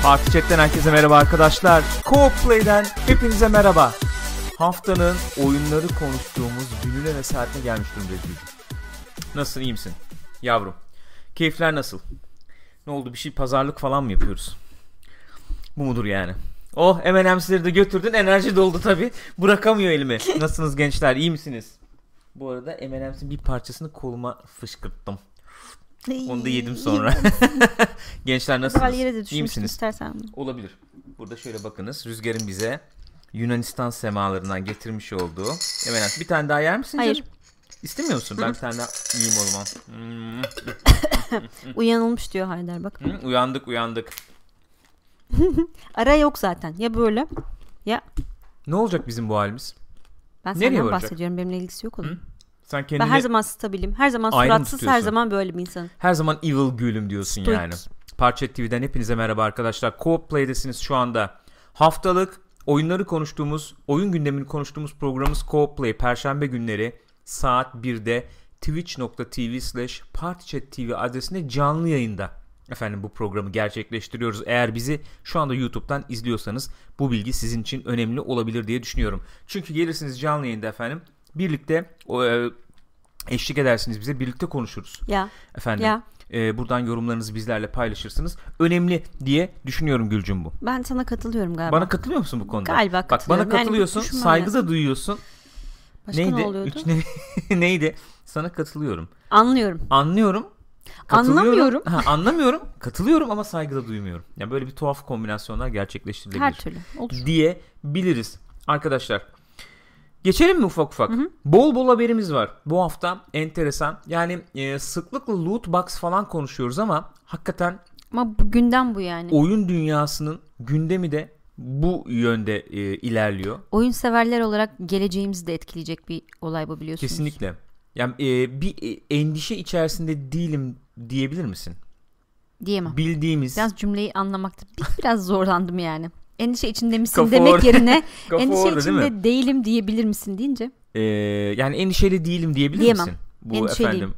Party Chat'ten herkese merhaba arkadaşlar. Co-op Play'den hepinize merhaba. Haftanın oyunları konuştuğumuz gününe ve saatine gelmiş durumdayız. Nasılsın, iyi misin? Yavrum. Keyifler nasıl? Ne oldu, bir şey pazarlık falan mı yapıyoruz? Bu mudur yani? Oh, M&M's'leri de götürdün, enerji doldu tabii. Bırakamıyor elimi. Nasılsınız gençler, iyi misiniz? Bu arada M&M's'in bir parçasını koluma fışkırttım. Onu da yedim sonra. Gençler nasılsınız? İyi misiniz? İstersen. Olabilir. Burada şöyle bakınız. Rüzgar'ın bize Yunanistan semalarından getirmiş olduğu. Hemen bir tane daha yer misin? Hayır. Canım? İstemiyor musun? Ben bir tane daha yiyeyim o zaman. Uyanılmış diyor Haydar bak. Uyandık. Ara yok zaten. Ya böyle ya. Ne olacak bizim bu halimiz? Ben nereye senden varacak? bahsediyorum. Benimle ilgisi yok onun. Sen kendini Ben her zaman stabilim. Her zaman suratsız. Her zaman böyle bir insanım. Her zaman evil gülüm diyorsun Stoik. yani. Parça TV'den hepinize merhaba arkadaşlar. Co-op Play'desiniz şu anda. Haftalık oyunları konuştuğumuz, oyun gündemini konuştuğumuz programımız Co-op Play. Perşembe günleri saat 1'de twitch.tv/partychattv adresinde canlı yayında efendim bu programı gerçekleştiriyoruz. Eğer bizi şu anda YouTube'dan izliyorsanız bu bilgi sizin için önemli olabilir diye düşünüyorum. Çünkü gelirsiniz canlı yayında efendim. Birlikte eşlik edersiniz bize. Birlikte konuşuruz. Ya. Efendim. Ya. Buradan yorumlarınızı bizlerle paylaşırsınız. Önemli diye düşünüyorum Gülcüm bu. Ben sana katılıyorum galiba. Bana katılıyor musun bu konuda? Galiba Bak katılıyorum. bana katılıyorsun. Yani saygı da duyuyorsun. Başka neydi? ne oluyordu? Neydi? Sana katılıyorum. Anlıyorum. Anlıyorum. Anlamıyorum. Anlamıyorum. Katılıyorum ama saygı da duymuyorum. Yani böyle bir tuhaf kombinasyonlar gerçekleştirilebilir. Her türlü olur. Diyebiliriz. Arkadaşlar. Geçelim mi ufak? Hı. Bol haberimiz var. Bu hafta enteresan. Yani sıklıkla loot box falan konuşuyoruz ama hakikaten ama gündem bu yani. Oyun dünyasının gündemi de bu yönde ilerliyor. Oyun severler olarak geleceğimizi de etkileyecek bir olay bu, biliyorsunuz. Kesinlikle. Yani bir endişe içerisinde değilim diyebilir misin? Diyemem. Bildiğimiz. Biraz cümleyi anlamakta biraz zorlandım yani. Endişe içinde misin demek yerine endişe içinde değilim diyebilir misin deyince. Yani endişeli değilim diyebilir diyemem. misin? Bu efendim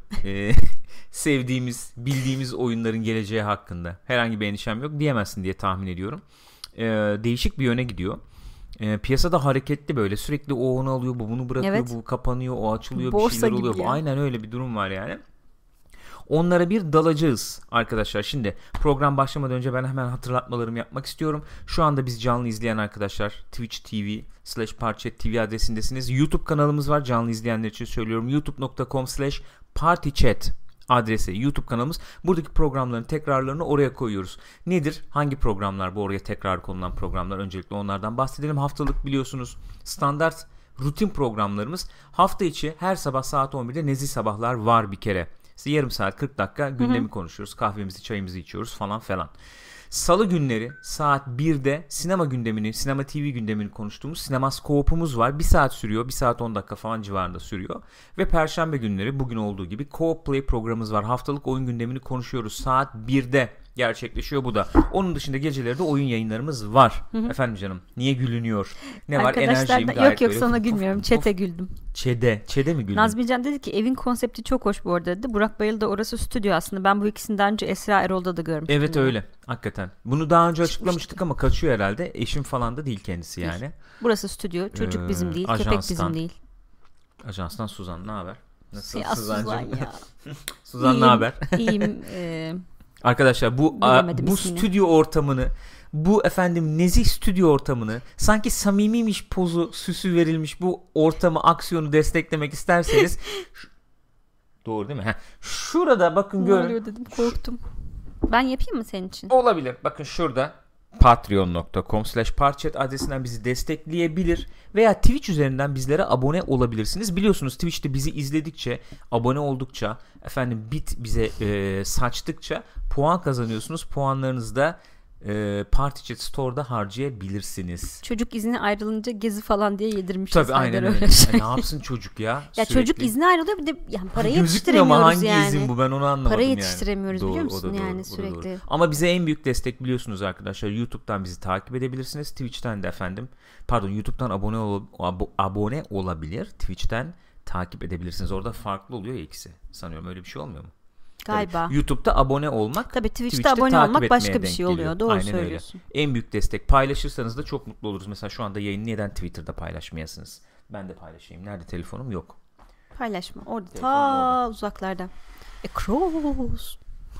sevdiğimiz, bildiğimiz oyunların geleceği hakkında herhangi bir endişem yok diyemezsin diye tahmin ediyorum. Değişik bir yöne gidiyor. Piyasada hareketli, böyle sürekli o onu alıyor, bu bunu bırakıyor, evet. Bu kapanıyor, o açılıyor, borsa bir şeyler oluyor. Ya. Aynen öyle bir durum var yani. Onlara bir dalacağız arkadaşlar. Şimdi program başlamadan önce ben hemen hatırlatmalarımı yapmak istiyorum. Şu anda biz canlı izleyen arkadaşlar Twitch TV/partychat.tv adresindesiniz. YouTube kanalımız var. Canlı izleyenler için söylüyorum. youtube.com/partychat adresi YouTube kanalımız. Buradaki programların tekrarlarını oraya koyuyoruz. Nedir? Hangi programlar bu oraya tekrar konulan programlar? Öncelikle onlardan bahsedelim. Haftalık biliyorsunuz standart rutin programlarımız. Hafta içi her sabah saat 11'de Nezih Sabahlar var bir kere. İşte yarım saat 40 dakika gündemi konuşuyoruz. Kahvemizi, çayımızı içiyoruz falan. Salı günleri saat 1'de sinema gündemini, sinema TV gündemini konuştuğumuz Sinemaskop'umuz var. 1 saat sürüyor. 1 saat 10 dakika falan civarında sürüyor. Ve perşembe günleri bugün olduğu gibi Co-op Play programımız var. Haftalık oyun gündemini konuşuyoruz. Saat 1'de gerçekleşiyor bu da. Onun dışında geceleri de oyun yayınlarımız var. Efendim canım. Niye gülünüyor? Ne var? Enerjiyim gayet yok sana gülmüyorum. Çete güldüm. Çede mi güldün? Nazmican dedi ki evin konsepti çok hoş bu arada dedi. Burak Bayıl da orası stüdyo aslında. Ben bu ikisini daha önce Esra Erol'da da görmüştüm. Evet yani. Öyle. Hakikaten. Bunu daha önce açıklamıştık ama kaçıyor herhalde. Eşim falan da değil kendisi yani. Burası stüdyo. Çocuk bizim değil. Köpek bizim değil. Ajanstan Suzan ne haber? Nasıl Suzan ya. Suzan ne haber? İyiyim. Arkadaşlar bu stüdyo ortamını, bu efendim nezih stüdyo ortamını, sanki samimiymiş pozu, süsü verilmiş bu ortamı, aksiyonu desteklemek isterseniz doğru değil mi? Şurada bakın görün. Ne oluyor dedim, korktum. Ben yapayım mı senin için? Olabilir. Bakın şurada patreon.com/partychat adresinden bizi destekleyebilir veya Twitch üzerinden bizlere abone olabilirsiniz. Biliyorsunuz Twitch'te bizi izledikçe, abone oldukça, efendim bit bize saçtıkça puan kazanıyorsunuz. Puanlarınızı da Partychat Store'da harcayabilirsiniz. Çocuk izni ayrılınca gezi falan diye yedirmişiz. Tabii aynen öyle. Ne yapsın çocuk ya? Ya çocuk izni ayrılıyor, bir de yani parayı yetiştiremiyoruz ama hangi yani. İzin bu, ben onu anlamadım. Parayı yani. yetiştiremiyoruz Doğru, biliyor musun doğru, yani sürekli. Doğru. Ama bize en büyük destek biliyorsunuz arkadaşlar. YouTube'dan bizi takip edebilirsiniz. Twitch'ten de efendim. Pardon, YouTube'dan abone olabilir. Twitch'ten takip edebilirsiniz. Orada farklı oluyor ya ikisi. Sanıyorum öyle bir şey olmuyor mu? Galiba. Tabii. YouTube'da abone olmak. Tabii Twitch'te abone olmak başka bir şey oluyor. Doğru Aynen söylüyorsun. Öyle. En büyük destek. Paylaşırsanız da çok mutlu oluruz. Mesela şu anda yayını neden Twitter'da paylaşmayasınız? Ben de paylaşayım. Nerede telefonum? Yok. Paylaşma. Orada ta uzaklarda. Across.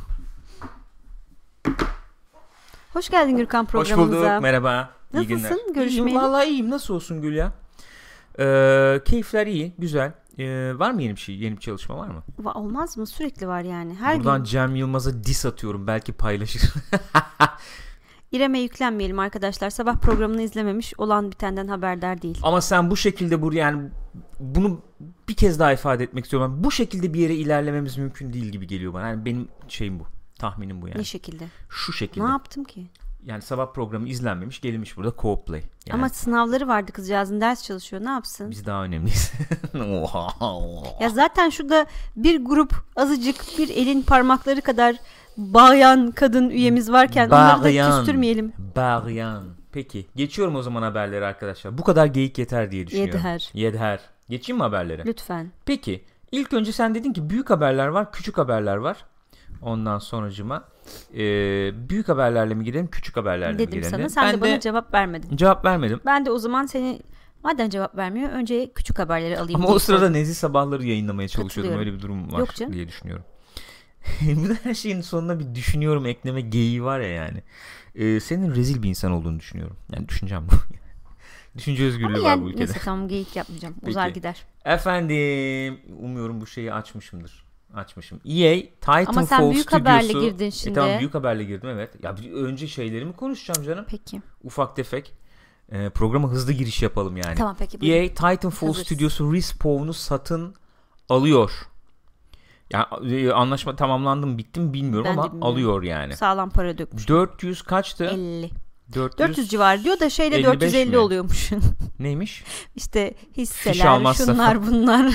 Hoş geldin Gürkan programımıza. Hoş bulduk. Merhaba. Nasılsın? Görüşmeyeli. Vallahi iyiyim. Nasıl olsun Gül ya? Keyifler iyi. Güzel. Var mı yeni bir şey? Yeni bir çalışma var mı? Olmaz mı? Sürekli var yani. Her Buradan gün. Cem Yılmaz'a diss atıyorum. Belki paylaşır. İrem'e yüklenmeyelim arkadaşlar. Sabah programını izlememiş. Olan bitenden haberdar değil. Ama sen bu şekilde yani bunu bir kez daha ifade etmek istiyorum. Bu şekilde bir yere ilerlememiz mümkün değil gibi geliyor bana. Yani benim şeyim bu. Tahminim bu yani. Ne şekilde? Şu şekilde. Ne yaptım ki? Yani sabah programı izlenmemiş, gelinmiş burada co-play. Yani ama sınavları vardı, kızcağızın ders çalışıyor, ne yapsın? Biz daha önemliyiz. Ya zaten şurada bir grup azıcık bir elin parmakları kadar bağıyan kadın üyemiz varken onları da küstürmeyelim. Bağıyan. Peki geçiyorum o zaman haberleri arkadaşlar. Bu kadar geyik yeter diye düşünüyorum. Yeter. Geçeyim mi haberlere? Lütfen. Peki ilk önce sen dedin ki büyük haberler var, küçük haberler var. Ondan sonracıma büyük haberlerle mi girelim, küçük haberlerle dedim mi girelim? Sana. Sen de bana cevap vermedin. Cevap vermedim. Ben de o zaman seni madem cevap vermiyor önce küçük haberleri alayım. Ama o sırada Nezih Sabahları yayınlamaya çalışıyordum. Öyle bir durum var diye düşünüyorum. Her şeyin sonuna bir düşünüyorum ekleme geyiği var ya yani. Senin rezil bir insan olduğunu düşünüyorum. Yani düşüneceğim bu. Düşünce özgürlüğü var bu ülkede. Neyse tamam, geyik yapmayacağım. Uzar gider. Efendim umuyorum bu şeyi açmışımdır. EA Titanfall ama sen büyük stüdyosu. haberle girdin şimdi. Tamam büyük haberle girdim evet. Ya önce şeyleri mi konuşacağım canım? Peki. Ufak tefek. Programa hızlı giriş yapalım yani. Tamam peki. Buyurun. EA Titanfall stüdyosu Respawn'u satın alıyor. Yani anlaşma tamamlandı mı bitti mi bilmiyorum ama alıyor yani. Sağlam para dökmüş. 400 kaçtı? 50. 400 civarı diyor da şeyde 450 oluyormuş. Neymiş? İşte hisseler, şunlar bunlar.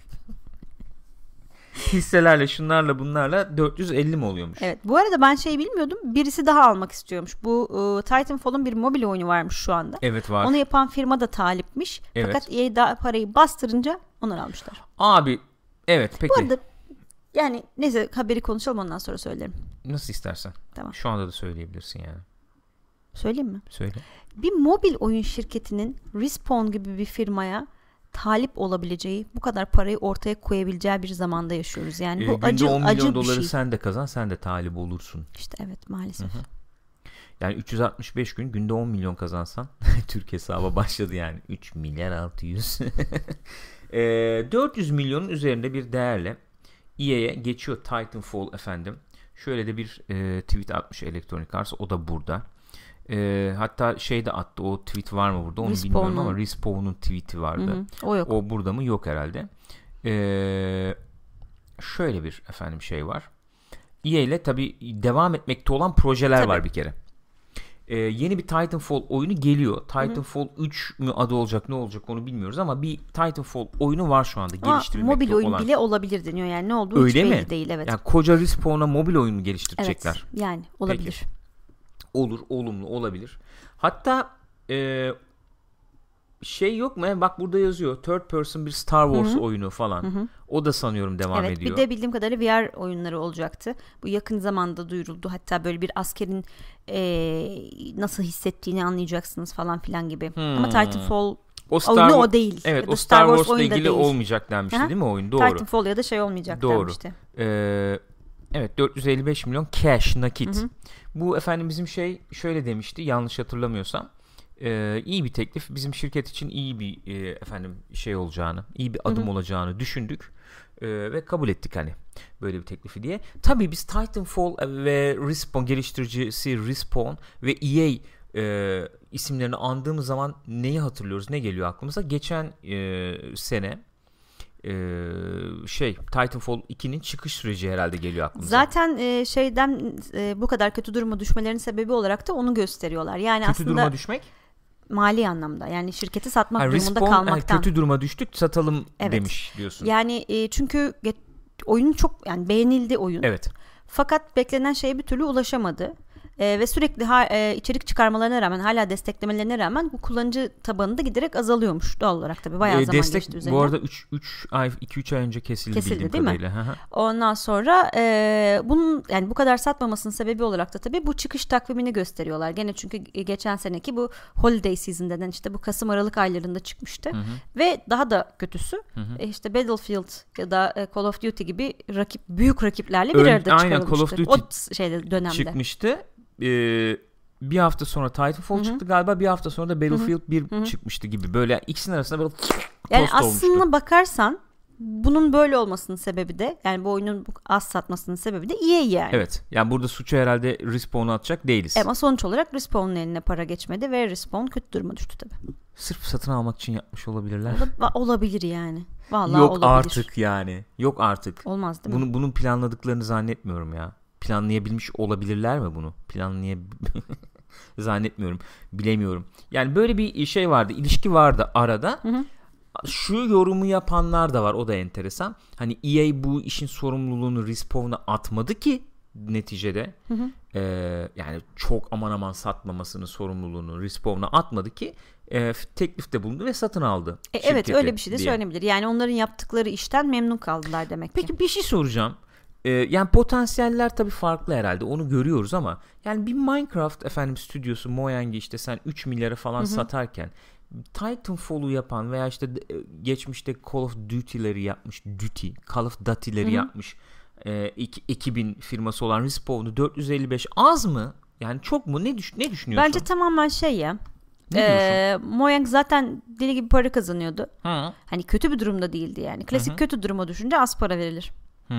Hisselerle şunlarla bunlarla 450 mi oluyormuş? Evet. Bu arada ben bilmiyordum. Birisi daha almak istiyormuş. Bu Titanfall'un bir mobil oyunu varmış şu anda. Evet var. Onu yapan firma da talipmiş. Evet. Fakat EA daha parayı bastırınca onları almışlar. Abi evet peki. Bu arada yani neyse haberi konuşalım ondan sonra söylerim. Nasıl istersen. Tamam. Şu anda da söyleyebilirsin yani. Söyleyeyim mi? Söyle. Bir mobil oyun şirketinin Respawn gibi bir firmaya talip olabileceği, bu kadar parayı ortaya koyabileceği bir zamanda yaşıyoruz. Yani bu acı 10 milyon doları şey. Sen de kazan, sen de talip olursun. İşte evet maalesef. Hı-hı. Yani 365 gün günde 10 milyon kazansan Türk hesaba başladı yani 3 milyar 600. 400 milyonun üzerinde bir değerle EA'ye geçiyor Titanfall efendim. Şöyle de bir tweet atmış Electronic Arts, o da burada. Hatta şey de attı, o tweet var mı burada onu bilmiyorum ama Respawn'un tweet'i vardı. Hı-hı. O yok. O burada mı? Yok herhalde. Şöyle bir efendim şey var. EA ile tabii devam etmekte olan projeler var bir kere. Yeni bir Titanfall oyunu geliyor. Titanfall 3 mü adı olacak, ne olacak onu bilmiyoruz ama bir Titanfall oyunu var şu anda geliştirilmekte olan. Mobil oyun bile olabilir deniyor yani, ne olduğu öyle hiç belli mi? değil. Evet. Yani koca Respawn'a mobil oyunu geliştirecekler. Evet, yani olabilir. Peki. Olur, olumlu olabilir. Hatta şey yok mu? Bak burada yazıyor. Third person bir Star Wars oyunu falan. Hı-hı. O da sanıyorum devam ediyor. Evet, bir de bildiğim kadarıyla VR oyunları olacaktı. Bu yakın zamanda duyuruldu. Hatta böyle bir askerin nasıl hissettiğini anlayacaksınız falan filan gibi. Ama Titanfall oyunu o değil. Evet, o Star Wars'la ilgili olmayacak denmişti. Aha. Değil mi oyun? Doğru. Titanfall ya da olmayacak denmişti. Evet, 455 milyon cash nakit. Hı-hı. Bu efendim bizim şöyle demişti yanlış hatırlamıyorsam. İyi bir teklif, bizim şirket için iyi bir efendim şey olacağını, iyi bir adım olacağını düşündük ve kabul ettik hani böyle bir teklifi diye. Tabii biz Titanfall ve Respawn geliştiricisi Respawn ve EA isimlerini andığımız zaman neyi hatırlıyoruz, ne geliyor aklımıza? Geçen sene Titanfall 2'nin çıkış süreci herhalde geliyor aklımıza. Zaten bu kadar kötü duruma düşmelerinin sebebi olarak da onu gösteriyorlar. Yani kötü aslında duruma düşmek? Mali anlamda, yani şirketi satmak durumunda kalmaktan. Kötü duruma düştük, satalım demiş diyorsun. Yani çünkü oyun çok beğenildi oyun. Evet. Fakat beklenen şeye bir türlü ulaşamadı. Ve sürekli içerik çıkarmalarına rağmen, hala desteklemelerine rağmen bu kullanıcı tabanı da giderek azalıyormuş doğal olarak tabii. Bayağı zaman geçti üzerinden. Bu arada 2-3 ay önce kesildi bildiğim değil kadarıyla. Mi? Ondan sonra bunun yani bu kadar satmamasının sebebi olarak da tabii bu çıkış takvimini gösteriyorlar. Gene çünkü geçen seneki bu holiday season denen işte bu Kasım Aralık aylarında çıkmıştı. Ve daha da kötüsü işte Battlefield ya da Call of Duty gibi büyük rakiplerle bir arada çıkarılmıştı. Aynen, Call of Duty o dönemde çıkmıştı. Bir hafta sonra Titanfall çıktı galiba, bir hafta sonra da Battlefield 1 çıkmıştı gibi, böyle ikisinin arasında böyle yani aslında bakarsan bunun böyle olmasının sebebi de, yani bu oyunun az satmasının sebebi de EA yani. Evet, yani burada suçu herhalde Respawn'a atacak değiliz. Ama sonuç olarak Respawn'un eline para geçmedi ve Respawn kötü duruma düştü tabii. Sırf satın almak için yapmış olabilirler. Olabilir yani. Vallahi yok olabilir. Artık yani. Yok artık. Olmaz değil mi? Bunun planladıklarını zannetmiyorum ya. Planlayabilmiş olabilirler mi bunu? Zannetmiyorum. Bilemiyorum. Yani böyle bir şey vardı. İlişki vardı arada. Şu yorumu yapanlar da var. O da enteresan. Hani EA bu işin sorumluluğunu Respawn'a atmadı ki neticede. Yani çok aman satmamasının sorumluluğunu Respawn'a atmadı ki teklifte bulundu ve satın aldı. Evet, öyle bir şey de söylenebilir. Yani onların yaptıkları işten memnun kaldılar demek ki. Peki bir şey soracağım. Yani potansiyeller tabii farklı herhalde, onu görüyoruz ama yani bir Minecraft stüdyosu Mojang'i işte sen 3 milyara falan satarken Titanfall'u yapan veya işte geçmişte Call of Duty'leri yapmış, Call of Duty'leri yapmış ekibin firması olan Respawn'u 455 az mı? Yani çok mu? Ne düşünüyorsun? Bence tamamen ya. Mojang zaten deli gibi para kazanıyordu. Hani kötü bir durumda değildi yani. Klasik kötü duruma düşünce az para verilir.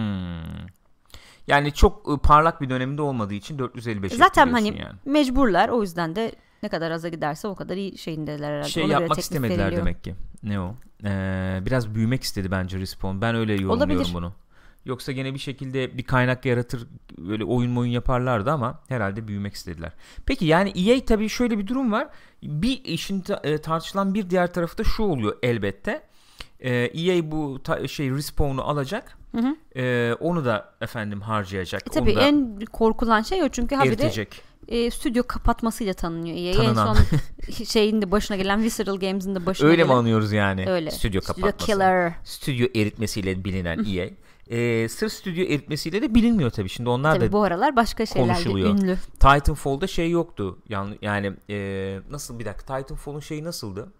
Yani çok parlak bir döneminde olmadığı için 455 zaten hani yani mecburlar, o yüzden de ne kadar aza giderse o kadar iyi şeyindeler herhalde. Ona yapmak istemediler veriliyor. Demek ki. Ne o? Biraz büyümek istedi bence Respawn. Ben öyle yorumluyorum olabilir. Bunu. Yoksa gene bir şekilde bir kaynak yaratır, böyle oyun yaparlardı ama herhalde büyümek istediler. Peki yani EA tabii şöyle bir durum var. Bir işin tartışılan bir diğer tarafı da şu oluyor elbette. EA bu Respawn'u alacak. Onu da harcayacak. Tabii en korkulan şey o, çünkü habire stüdyo kapatmasıyla tanınıyor EA. En son şeyin de başına gelen Visceral Games'in de başına öyle gelen. mi anıyoruz yani? Öyle. Stüdyo kapatması. Stüdyo eritmesiyle bilinen EA. Sırf stüdyo eritmesiyle de bilinmiyor tabii. Şimdi onlar tabii da bu aralar başka şeylerle ünlü. Titanfall'da yoktu. Yani nasıl, bir dakika, Titanfall'un şeyi nasıldı?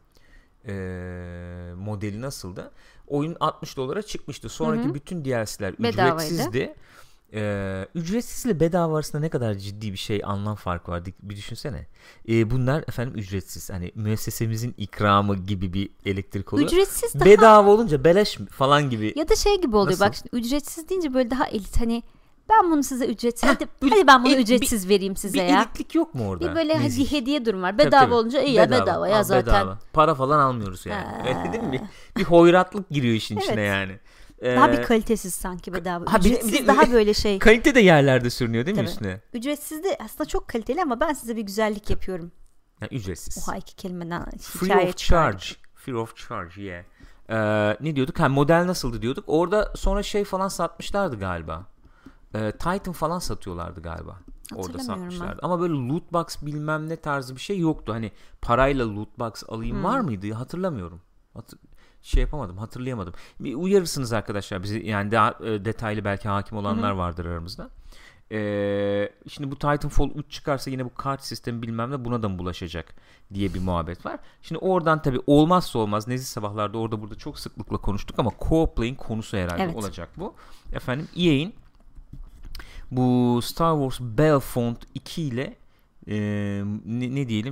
Modeli nasıldı? Oyun $60 çıkmıştı. Sonraki bütün DLC'ler ücretsizdi. Ücretsizle bedava arasında ne kadar ciddi bir anlam farkı var bir düşünsene. Bunlar ücretsiz, hani müessesemizin ikramı gibi bir elektrik oluyor. Ücretsiz daha bedava olunca beleş falan gibi. Ya da gibi oluyor. Nasıl? Bak şimdi ücretsiz deyince böyle daha elit, hani ben bunu size ücretsiz hadi ben bunu ücretsiz vereyim size ya. Bir elitlik yok mu orada? Bir böyle hediye durum var. Bedava olunca iyi ya, bedava ya zaten. Bedava. Para falan almıyoruz yani. Öyle değil mi? Bir hoyratlık giriyor işin içine yani. Daha bir kalitesiz sanki bedava. Ücretsiz daha böyle kalite de yerlerde sürünüyor değil mi üstüne? Ücretsiz de aslında çok kaliteli ama ben size bir güzellik yapıyorum. Yani ücretsiz. Oha, 2 kelimeden free of charge. Free of charge yeah. Ne diyorduk? Model nasıldı diyorduk. Orada sonra falan satmışlardı galiba. Titan falan satıyorlardı galiba. Orada satmışlardı. Ama böyle loot box bilmem ne tarzı bir şey yoktu. Hani parayla loot box alayım var mıydı? Hatırlamıyorum. Hatırlayamadım. Bir uyarırsınız arkadaşlar bizi, yani daha detaylı belki hakim olanlar vardır aramızda. Şimdi bu Titanfall 3 çıkarsa yine bu kart sistemi bilmem ne buna da mı bulaşacak diye bir muhabbet var. Şimdi oradan tabii olmazsa olmaz, Nezih Sabahlar'da orada burada çok sıklıkla konuştuk ama co-op play'in konusu herhalde olacak bu. EA'in bu Star Wars Battlefront 2 ile ne diyelim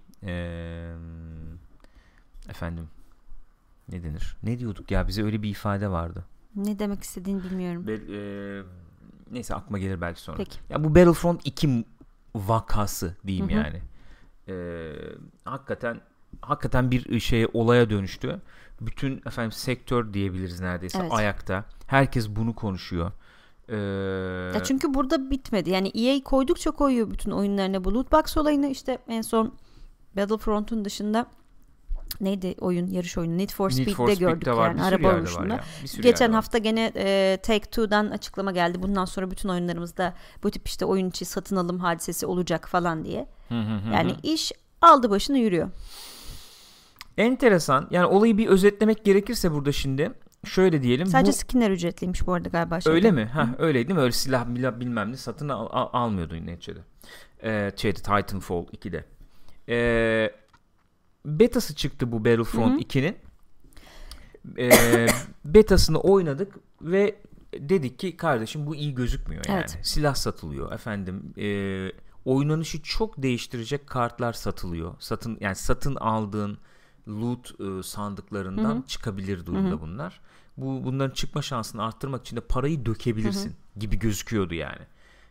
ne denir? Ne diyorduk ya? Bize öyle bir ifade vardı. Ne demek istediğini bilmiyorum. Neyse aklıma gelir belki sonra. Peki. Ya bu Battlefront 2 vakası diyeyim yani. Hakikaten bir olaya dönüştü. Bütün sektör diyebiliriz neredeyse ayakta. Herkes bunu konuşuyor. Çünkü burada bitmedi. Yani EA koydukça koyuyor bütün oyunlarına bu loot box olayını. İşte en son Battlefront'un dışında neydi oyun, yarış oyunu, Need for Speed'de gördük yani, araba oyununda. Geçen hafta gene Take-Two'dan açıklama geldi. Bundan sonra bütün oyunlarımızda bu tip işte oyun içi satın alım hadisesi olacak falan diye. Yani iş aldı başını yürüyor. Enteresan. Yani olayı bir özetlemek gerekirse burada şimdi şöyle diyelim. Sadece skinler ücretliymiş bu arada galiba. Öyle mi? Öyle değil mi? Öyle silah bilmem ne satın almıyordun neticede. Titanfall 2'de. Betası çıktı bu Battlefront 2'nin. Betasını oynadık ve dedik ki kardeşim bu iyi gözükmüyor yani. Evet. Silah satılıyor efendim. Oynanışı çok değiştirecek kartlar satılıyor. Satın aldığın loot sandıklarından çıkabilir durumda bunlar. Bunların çıkma şansını arttırmak için de parayı dökebilirsin gibi gözüküyordu yani.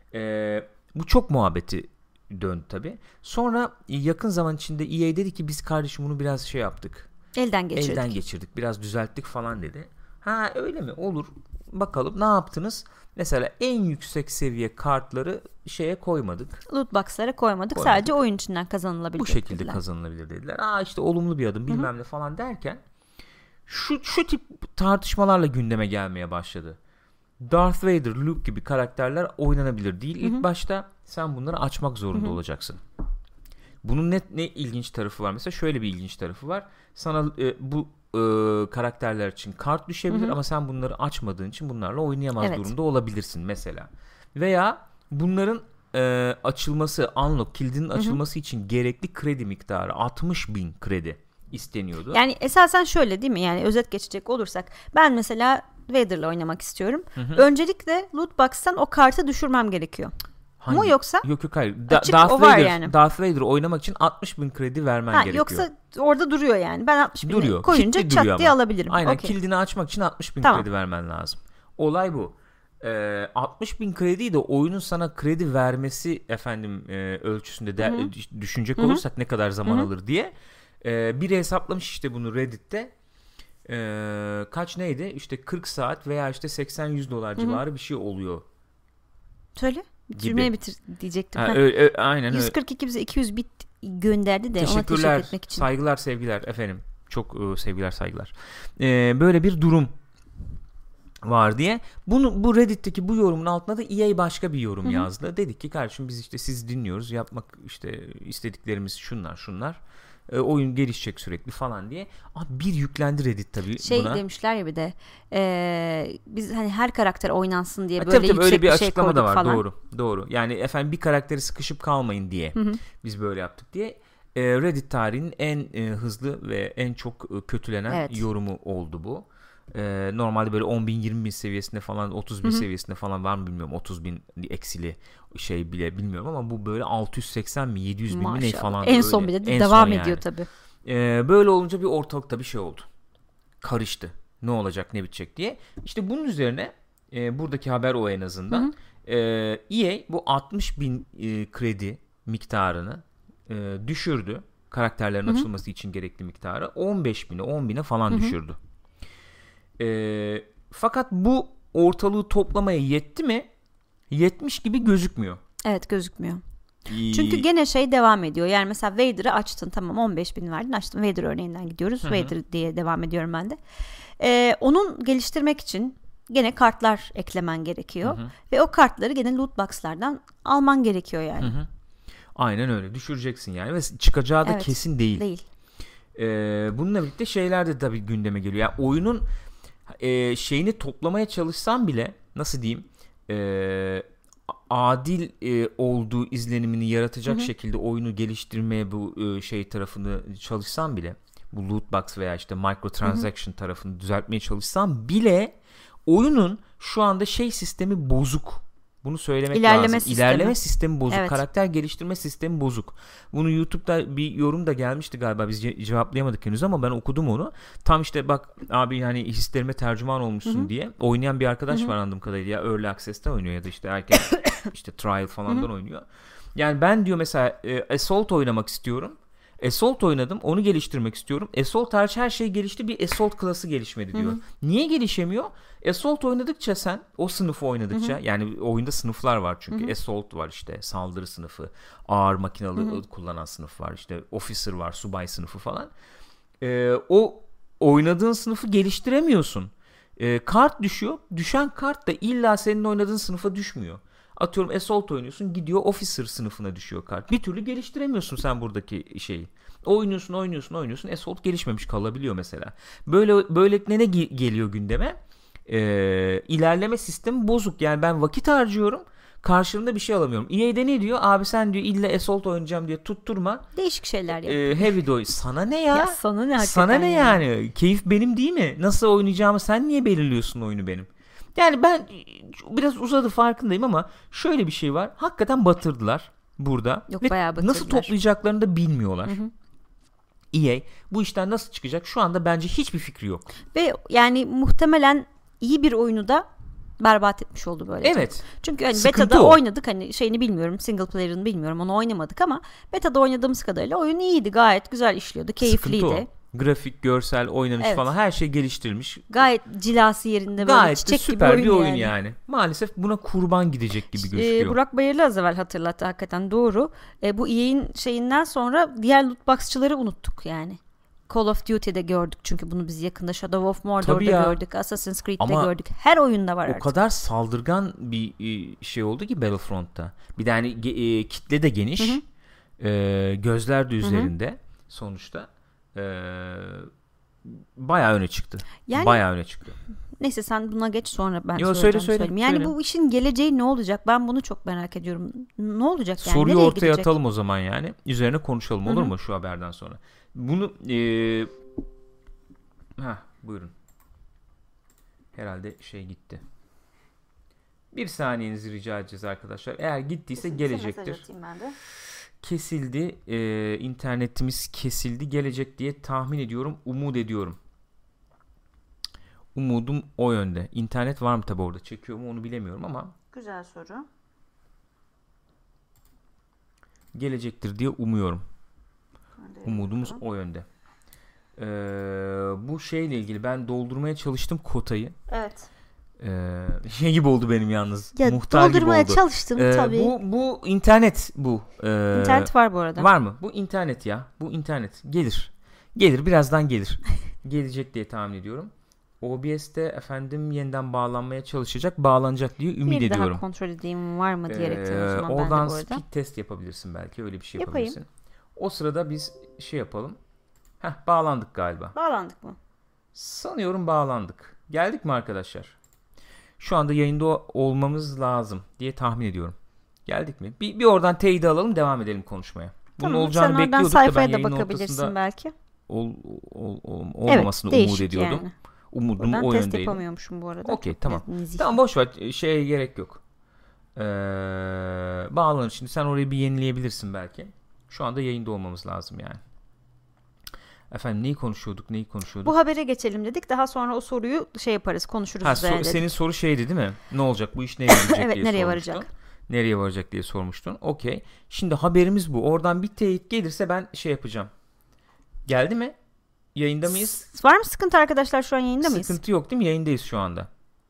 Bu çok muhabbeti döndü tabii. Sonra yakın zaman içinde EA dedi ki biz kardeşim bunu biraz şey yaptık. Elden geçirdik. Biraz düzelttik falan dedi. Ha öyle mi? Olur. Bakalım ne yaptınız? Mesela en yüksek seviye kartları şeye koymadık. Loot box'lara koymadık. Sadece oyun içinden kazanılabilir. Bu şekilde dediler. Kazanılabilir dediler. İşte olumlu bir adım bilmem ne falan derken şu tip tartışmalarla gündeme gelmeye başladı. Darth Vader, Luke gibi karakterler oynanabilir değil. İlk başta sen bunları açmak zorunda olacaksın. Bunun ne ilginç tarafı var? Mesela şöyle bir ilginç tarafı var. Sana bu karakterler için kart düşebilir ama sen bunları açmadığın için bunlarla oynayamaz durumda olabilirsin mesela. Veya bunların açılması, unlock, kilidinin açılması için gerekli kredi miktarı 60.000 kredi isteniyordu. Yani esasen şöyle değil mi? Yani özet geçecek olursak ben mesela Vader'la oynamak istiyorum. Öncelikle loot box'tan o kartı düşürmem gerekiyor. Mu yoksa? Yok hayır. Darth Vader oynamak için 60.000 kredi vermen gerekiyor. Yoksa orada duruyor yani. Ben 60.000 koyunca çat diye alabilirim. Aynen kilidini açmak için 60.000 kredi vermen lazım. Olay bu. 60.000 krediyi de oyunun sana kredi vermesi ölçüsünde düşünecek olursak ne kadar zaman alır diye. Biri hesaplamış işte bunu Reddit'te. Kaç neydi? İşte 40 saat veya işte 80-100 dolar civarı bir şey oluyor. Söyle. Cümleyi bitir diyecektim. Aynen 142 bize 200 bit gönderdi de ona teşekkür etmek için. Saygılar sevgiler efendim. Çok sevgiler saygılar. Böyle bir durum var diye. Bu Reddit'teki bu yorumun altına da EA başka bir yorum yazdı. Dedik ki kardeşim biz işte siz dinliyoruz. Yapmak işte istediklerimiz şunlar. Oyun gelişecek sürekli falan diye. Bir yüklendi Reddit tabii buna. Demişler ya bir de biz hani her karakter oynansın diye böyle yüksek öyle bir şey açıklama koyduk da var falan. Doğru. Yani efendim bir karakteri sıkışıp kalmayın diye biz böyle yaptık diye. Reddit tarihinin en hızlı ve en çok kötülenen yorumu oldu bu. Normalde böyle 10.000 20.000 seviyesinde falan 30.000 seviyesinde falan var mı bilmiyorum. 30.000 eksili şey bile bilmiyorum ama bu böyle 680 mi 700 bin mi ne falan. En son bir de devam ediyor tabii. Böyle olunca bir ortalıkta bir şey oldu. Karıştı. Ne olacak ne bitecek diye. İşte bunun üzerine buradaki haber o en azından. EA bu 60.000 kredi miktarını düşürdü. Karakterlerin açılması için gerekli miktarı 15.000'e 10.000'e falan düşürdü. Fakat bu ortalığı toplamaya yetti mi? Yetmiş gibi gözükmüyor. Evet gözükmüyor. Çünkü gene şey devam ediyor. Yani mesela Vader'ı açtın, tamam 15.000 verdin, açtın. Vader örneğinden gidiyoruz. Vader diye devam ediyorum ben de. Onun geliştirmek için gene kartlar eklemen gerekiyor. Ve o kartları gene loot box'lardan alman gerekiyor yani. Aynen öyle. Düşüreceksin yani. Ve çıkacağı da kesin değil. Bununla birlikte şeyler de tabii gündeme geliyor. Yani oyunun şeyini toplamaya çalışsam bile nasıl diyeyim adil olduğu izlenimini yaratacak şekilde oyunu geliştirmeye bu şey tarafını çalışsam bile, bu loot box veya işte microtransaction tarafını düzeltmeye çalışsam bile oyunun şu anda şey sistemi bozuk. Bunu söylemek lazım. İlerleme sistemi bozuk. Evet. Karakter geliştirme sistemi bozuk. Bunu YouTube'da bir yorum da gelmişti galiba. Biz cevaplayamadık henüz ama ben okudum onu. Tam işte bak abi hani hislerime tercüman olmuşsun diye. Oynayan bir arkadaş var anladığım kadarıyla. Ya Early Access'te oynuyor ya da işte erken işte Trial falandan oynuyor. Yani ben diyor mesela Assault oynamak istiyorum. Assault oynadım. Onu geliştirmek istiyorum. Assault her şey gelişti. Bir Assault klası gelişmedi diyor. Niye gelişemiyor? Assault oynadıkça sen o sınıfı oynadıkça yani oyunda sınıflar var çünkü. Assault var işte saldırı sınıfı. Ağır makinalı kullanan sınıf var. İşte Officer var. Subay sınıfı falan. o oynadığın sınıfı geliştiremiyorsun. Kart düşüyor. Düşen kart da illa senin oynadığın sınıfa düşmüyor. Atıyorum Assault oynuyorsun, gidiyor Officer sınıfına düşüyor kart. Bir türlü geliştiremiyorsun sen buradaki şeyi. Oynuyorsun. Assault gelişmemiş kalabiliyor mesela. Böylelikle ne geliyor gündeme? İlerleme sistemi bozuk. Yani ben vakit harcıyorum. Karşılığında bir şey alamıyorum. EA'de ne diyor? Abi sen diyor illa Assault oynayacağım diye tutturma. Değişik şeyler yap. Heavy doy. Sana ne ya? Sana ne yani? Keyif benim değil mi? Nasıl oynayacağımı sen niye belirliyorsun oyunu benim? Yani ben biraz uzadı farkındayım ama şöyle bir şey var. Hakikaten batırdılar burada. Yok, ve bayağı batırdılar. Nasıl toplayacaklarını da bilmiyorlar. EA bu işten nasıl çıkacak? Şu anda bence hiçbir fikri yok. Ve yani muhtemelen iyi bir oyunu da berbat etmiş oldu böyle. Evet. Çünkü hani beta'da oynadık, hani şeyini bilmiyorum, single player'ını bilmiyorum, onu oynamadık ama beta'da oynadığımız kadarıyla oyun iyiydi, gayet güzel işliyordu, keyifliydi. Grafik, görsel, oynanış falan her şey geliştirilmiş. Gayet cilası yerinde, böyle gayet çiçek süper gibi bir oyun yani. Maalesef buna kurban gidecek gibi gözüküyor. Burak Bayırlı az evvel hatırlattı, hakikaten doğru. Bu EA'in şeyinden sonra diğer loot box'çıları unuttuk yani. Call of Duty'de gördük çünkü bunu biz yakında, Shadow of Mordor'da gördük, Assassin's Creed'de gördük. Her oyunda var artık. O kadar saldırgan bir şey oldu ki Battlefront'ta. Bir de hani kitle de geniş. Gözler de üzerinde sonuçta. Bayağı öne çıktı. Yani, bayağı öne çıktı. Neyse sen buna geç, sonra ben söyleyeyim. Yani bu işin geleceği ne olacak? Ben bunu çok merak ediyorum. Ne olacak yani? Soruyu ortaya atalım o zaman yani. Üzerine konuşalım, olur mu şu haberden sonra? Bunu buyurun. Herhalde şey gitti. Bir saniyenizi rica edeceğiz arkadaşlar. Eğer gittiyse gelecektir. Kesildi. İnternetimiz kesildi. Gelecek diye tahmin ediyorum. Umut ediyorum. Umudum o yönde. İnternet var mı tabi orada? Çekiyor mu onu bilemiyorum ama. Güzel soru. Gelecektir diye umuyorum. Umudumuz o yönde. Bu şeyle ilgili ben doldurmaya çalıştım kotayı. Evet. Şey gibi oldu benim yalnız. Ya, muhtar gibi oldu. Doldurmaya çalıştım tabii. Bu internet bu. İnternet var bu arada. Var mı? Bu internet ya. Bu internet. Gelir. Birazdan gelir. Gelecek diye tahmin ediyorum. OBS'te efendim yeniden bağlanmaya çalışacak. Bağlanacak diye ümit ediyorum. Bir daha kontrol edeyim var mı diyerekten o zaman oradan ben de speed test yapabilirsin belki. Öyle bir şey yapabilirsin. O sırada biz şey yapalım. Bağlandık galiba. Bağlandık mı? Sanıyorum bağlandık. Geldik mi arkadaşlar? Şu anda yayında olmamız lazım diye tahmin ediyorum. Geldik mi? Bir oradan teyidi alalım, devam edelim konuşmaya. Bunun olacağını bekliyorduk da ben yayının ortasında belki. Olmamasını umut ediyordum. Yani. Umudum o yöndeydi. Test yapamıyormuşum bu arada. Okey, tamam. Tamam, boş ver. Şeye gerek yok. Bağlanır. Şimdi sen orayı bir yenileyebilirsin belki. Şu anda yayında olmamız lazım yani. Efendim neyi konuşuyorduk? Bu habere geçelim dedik. Daha sonra o soruyu yaparız, konuşuruz. Senin soru şeydi değil mi? Ne olacak? Bu iş nereye gidecek evet, diye nereye sormuştun. varacak? Nereye varacak diye sormuştun. Okey. Şimdi haberimiz bu. Oradan bir teyit gelirse ben şey yapacağım. Geldi mi? Yayında mıyız? Var mı sıkıntı arkadaşlar? Şu an yayında mıyız? Sıkıntı yok değil mi? Yayındayız şu anda.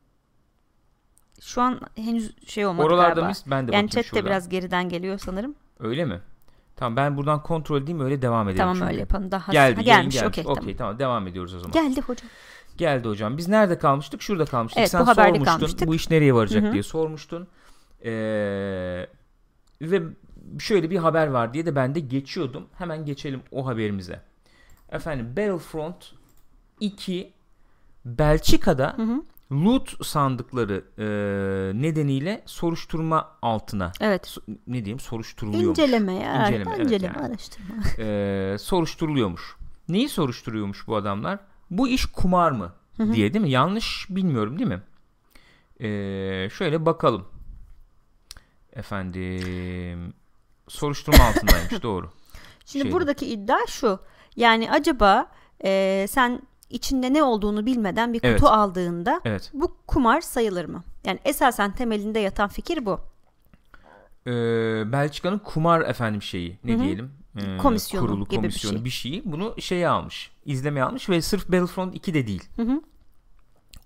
Şu an henüz olmadı oralarda galiba. Mıyız? Ben de yani chat de biraz geriden geliyor sanırım. Öyle mi? Tamam, ben buradan kontrol edeyim, öyle devam edelim. Tamam, çünkü. Öyle yapalım. Gelmiş. Okey, tamam devam ediyoruz o zaman. Geldi hocam. Biz nerede kalmıştık? Şurada kalmıştık. Evet, sen bu haberde sormuştun. Kalmıştık. Bu iş nereye varacak diye sormuştun. Ve şöyle bir haber var diye de ben de geçiyordum. Hemen geçelim o haberimize. Efendim, Battlefront 2 Belçika'da loot sandıkları nedeniyle soruşturma altına. Evet. Ne diyeyim? Soruşturuluyormuş. İnceleme, araştırma. Soruşturuluyormuş. Neyi soruşturuyormuş bu adamlar? Bu iş kumar mı? Diye, değil mi? Yanlış bilmiyorum değil mi? Şöyle bakalım. Efendim, soruşturma altındaymış. Doğru. Şimdi buradaki iddia şu. Yani acaba sen içinde ne olduğunu bilmeden bir kutu aldığında bu kumar sayılır mı? Yani esasen temelinde yatan fikir bu. Belçika'nın kumar şeyi ne diyelim? Komisyonu gibi bir şeyi. Bunu almış. İzlemeye almış ve sırf Battlefront 2'de değil.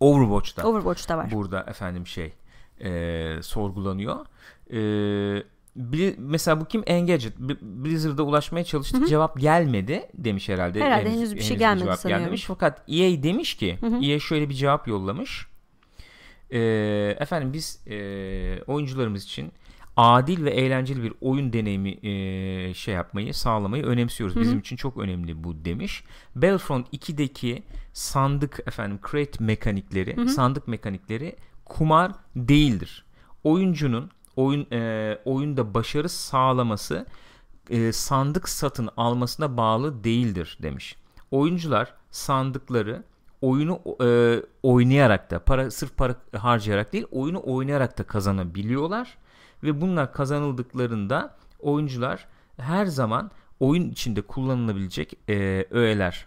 Overwatch'ta var. Burada sorgulanıyor. mesela bu kim? Engadget. Blizzard'a ulaşmaya çalıştık. Cevap gelmedi demiş herhalde. Herhalde henüz bir şey gelmedi sanıyorum. Gelmemiş. Fakat EA demiş ki EA şöyle bir cevap yollamış. Efendim biz oyuncularımız için adil ve eğlenceli bir oyun deneyimi sağlamayı önemsiyoruz. Bizim için çok önemli bu demiş. Battlefront 2'deki create mekanikleri, sandık mekanikleri kumar değildir. Oyuncunun oyunda başarı sağlaması sandık satın almasına bağlı değildir demiş. Oyuncular sandıkları oyunu oynayarak da sırf para harcayarak değil, oyunu oynayarak da kazanabiliyorlar ve bunlar kazanıldıklarında oyuncular her zaman oyun içinde kullanılabilecek öğeler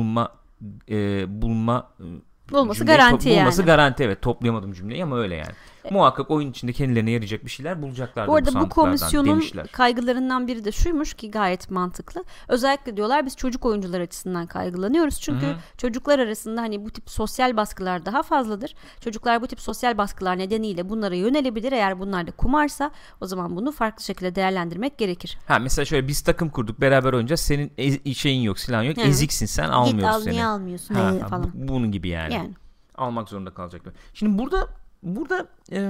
bulması garanti yani. Bulması garanti, evet, toplayamadım cümleyi ama öyle yani. Muhakkak oyun içinde kendilerine yarayacak bir şeyler bulacaklardır bu sandıklardan demişler. Bu arada bu komisyonun kaygılarından biri de şuymuş ki gayet mantıklı. Özellikle diyorlar biz çocuk oyuncular açısından kaygılanıyoruz. Çünkü çocuklar arasında hani bu tip sosyal baskılar daha fazladır. Çocuklar bu tip sosyal baskılar nedeniyle bunlara yönelebilir. Eğer bunlar da kumarsa o zaman bunu farklı şekilde değerlendirmek gerekir. Mesela şöyle biz takım kurduk, beraber oynayacağız. Senin şeyin yok, silahın yok. Eziksin sen, almıyoruz seni. Git al, niye almıyorsun falan. Bunun gibi yani. Almak zorunda kalacaklar. Şimdi burada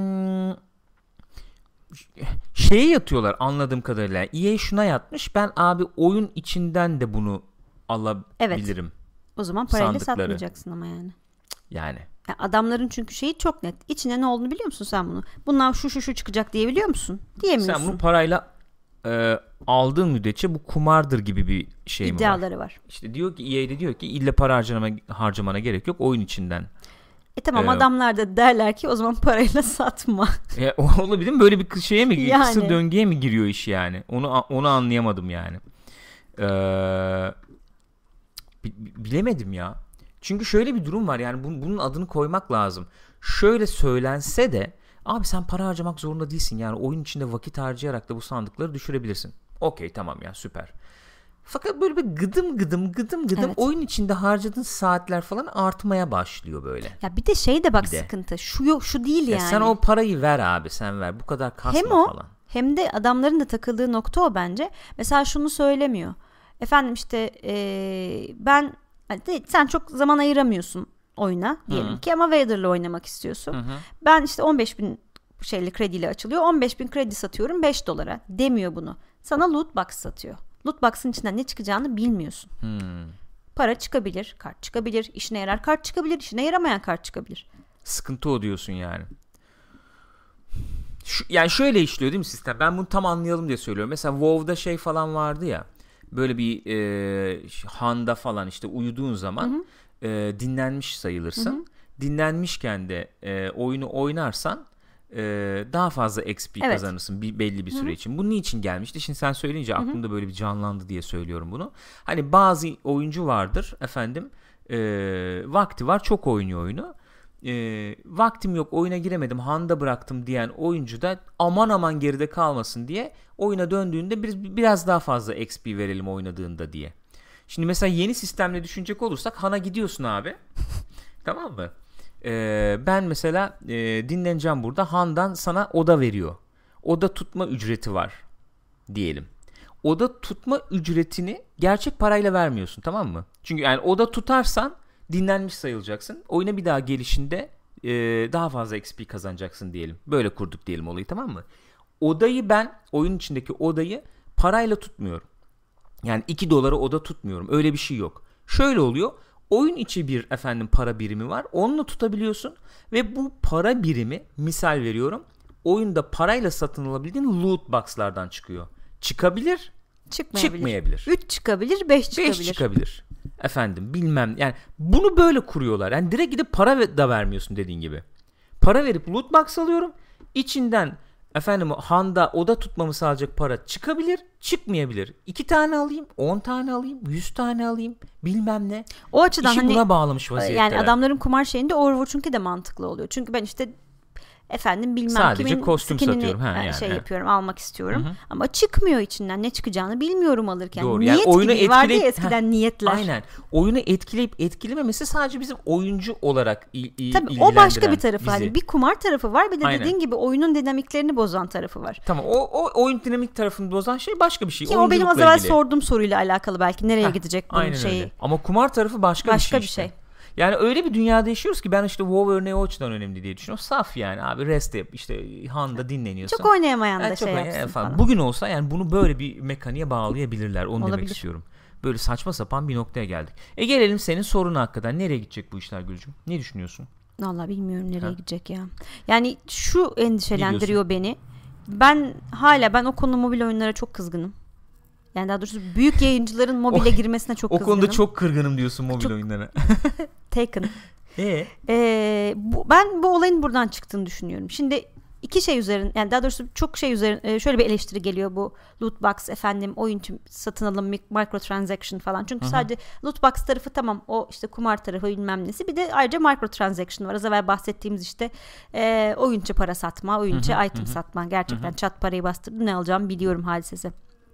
şeye yatıyorlar anladığım kadarıyla. EA şuna yatmış. Ben abi oyun içinden de bunu alabilirim. Evet. O zaman parayla satmayacaksın ama yani. Yani adamların çünkü şeyi çok net. İçine ne olduğunu biliyor musun sen bunu? Bundan şu çıkacak diyebiliyor musun? Diyemiyorsun. Sen bunu parayla aldığın müddetçe bu kumardır gibi bir şey mi var? İddiaları var. İşte diyor ki EA de diyor ki illa para harcamana gerek yok, oyun içinden. Tamam, adamlar da derler ki o zaman parayla satma. Olabilir mi? Böyle bir şeye mi yani. Kısır döngüye mi giriyor iş yani? Onu anlayamadım yani. Bilemedim ya. Çünkü şöyle bir durum var yani bunun adını koymak lazım. Şöyle söylense de abi sen para harcamak zorunda değilsin. Yani oyun içinde vakit harcayarak da bu sandıkları düşürebilirsin. Okey, tamam ya, süper. Fakat böyle bir gıdım evet. Oyun içinde harcadığın saatler falan artmaya başlıyor böyle. Ya bir de şey de bak sıkıntı. Şu değil yani. Sen o parayı ver abi, sen ver. Bu kadar kasma falan. Hem de adamların da takıldığı nokta o bence. Mesela şunu söylemiyor. Efendim işte sen çok zaman ayıramıyorsun oyuna diyelim ki ama Vader'la oynamak istiyorsun. Ben işte 15.000 krediyle açılıyor. 15.000 kredi satıyorum $5 demiyor bunu. Sana loot box satıyor. Loot box'ın içinden ne çıkacağını bilmiyorsun. Para çıkabilir, kart çıkabilir, işine yarar kart çıkabilir, işine yaramayan kart çıkabilir. Sıkıntı o diyorsun yani. Yani şöyle işliyor değil mi sistem? Ben bunu tam anlayalım diye söylüyorum. Mesela WoW'da falan vardı ya. Böyle bir handa falan işte uyuduğun zaman dinlenmiş sayılırsın. Dinlenmişken de oyunu oynarsan daha fazla XP kazanırsın belli bir süre için. Bu niçin gelmişti? Şimdi sen söyleyince aklımda böyle bir canlandı diye söylüyorum bunu. Hani bazı oyuncu vardır efendim, vakti var, çok oynuyor oyunu. Vaktim yok, oyuna giremedim, handa bıraktım diyen oyuncu da aman geride kalmasın diye oyuna döndüğünde biraz daha fazla XP verelim oynadığında diye. Şimdi mesela yeni sistemle düşünecek olursak hana gidiyorsun abi. Tamam mı? Ben mesela dinleneceğim burada. Handan sana oda veriyor. Oda tutma ücreti var diyelim. Oda tutma ücretini gerçek parayla vermiyorsun, tamam mı? Çünkü yani oda tutarsan dinlenmiş sayılacaksın. Oyuna bir daha gelişinde daha fazla XP kazanacaksın diyelim. Böyle kurduk diyelim olayı, tamam mı? Odayı oyun içindeki odayı parayla tutmuyorum. Yani $2 oda tutmuyorum. Öyle bir şey yok. Şöyle oluyor. Oyun içi bir para birimi var. Onunla tutabiliyorsun ve bu para birimi, misal veriyorum, oyunda parayla satın alabildiğin loot box'lardan çıkıyor. Çıkabilir, çıkmayabilir. 3 çıkabilir, 5 çıkabilir. 5 çıkabilir. Efendim bilmem yani bunu böyle kuruyorlar. Yani direkt gidip para da vermiyorsun dediğin gibi. Para verip loot box alıyorum. İçinden handa oda tutmamı sağlayacak para çıkabilir, çıkmayabilir. 2 tane alayım, 10 tane alayım, 100 tane alayım, bilmem ne. O açıdan İşi buna bağlamış vaziyetteler. Yani adamların kumar şeyinde Overwatch'unki de mantıklı oluyor. Çünkü ben işte efendim bilmem sadece kimin kostüm satıyorum. Yapıyorum, almak istiyorum. Hı-hı. Ama çıkmıyor içinden, ne çıkacağını bilmiyorum alırken. Doğru. Niyet yani oyunu gibi vardı ya eskiden niyetler. Aynen. Oyunu etkileyip etkilememesi sadece bizim oyuncu olarak tabii o başka bir tarafı. Hani bir kumar tarafı var, bir de dediğin gibi oyunun dinamiklerini bozan tarafı var. Tamam, o oyun dinamik tarafını bozan şey başka bir şey. Ki o benim az evvel sorduğum soruyla alakalı belki, nereye gidecek bunun şeyi. Öyle. Ama kumar tarafı başka bir şey. Yani öyle bir dünyada yaşıyoruz ki ben işte WoW örneği o açıdan önemli diye düşünüyorum. Saf yani abi, rest yap işte, Han'da dinleniyorsan. Çok oynayamayan da şey yapsın falan. Bugün olsa yani bunu böyle bir mekaniğe bağlayabilirler. Onu demek istiyorum. Böyle saçma sapan bir noktaya geldik. Gelelim senin soruna hakikaten. Nereye gidecek bu işler Gülcüm? Ne düşünüyorsun? Vallahi bilmiyorum nereye gidecek ya. Yani şu endişelendiriyor beni. Ben o konu mobil oyunlara çok kızgınım. Yani daha doğrusu büyük yayıncıların mobile girmesine çok kızgınım. O konuda çok kırgınım diyorsun mobil oyunlara. Taken. Ben bu olayın buradan çıktığını düşünüyorum. Şimdi iki şey üzerine, yani daha doğrusu çok şey üzerine şöyle bir eleştiri geliyor, bu loot box efendim, oyun satın alım, microtransaction falan. Çünkü sadece loot box tarafı tamam, o işte kumar tarafı bilmem nesi, bir de ayrıca microtransaction var. Az evvel bahsettiğimiz işte oyuncu para satma, oyuncu item satma. Gerçekten çat parayı bastırdım, ne alacağımı biliyorum hadisesi.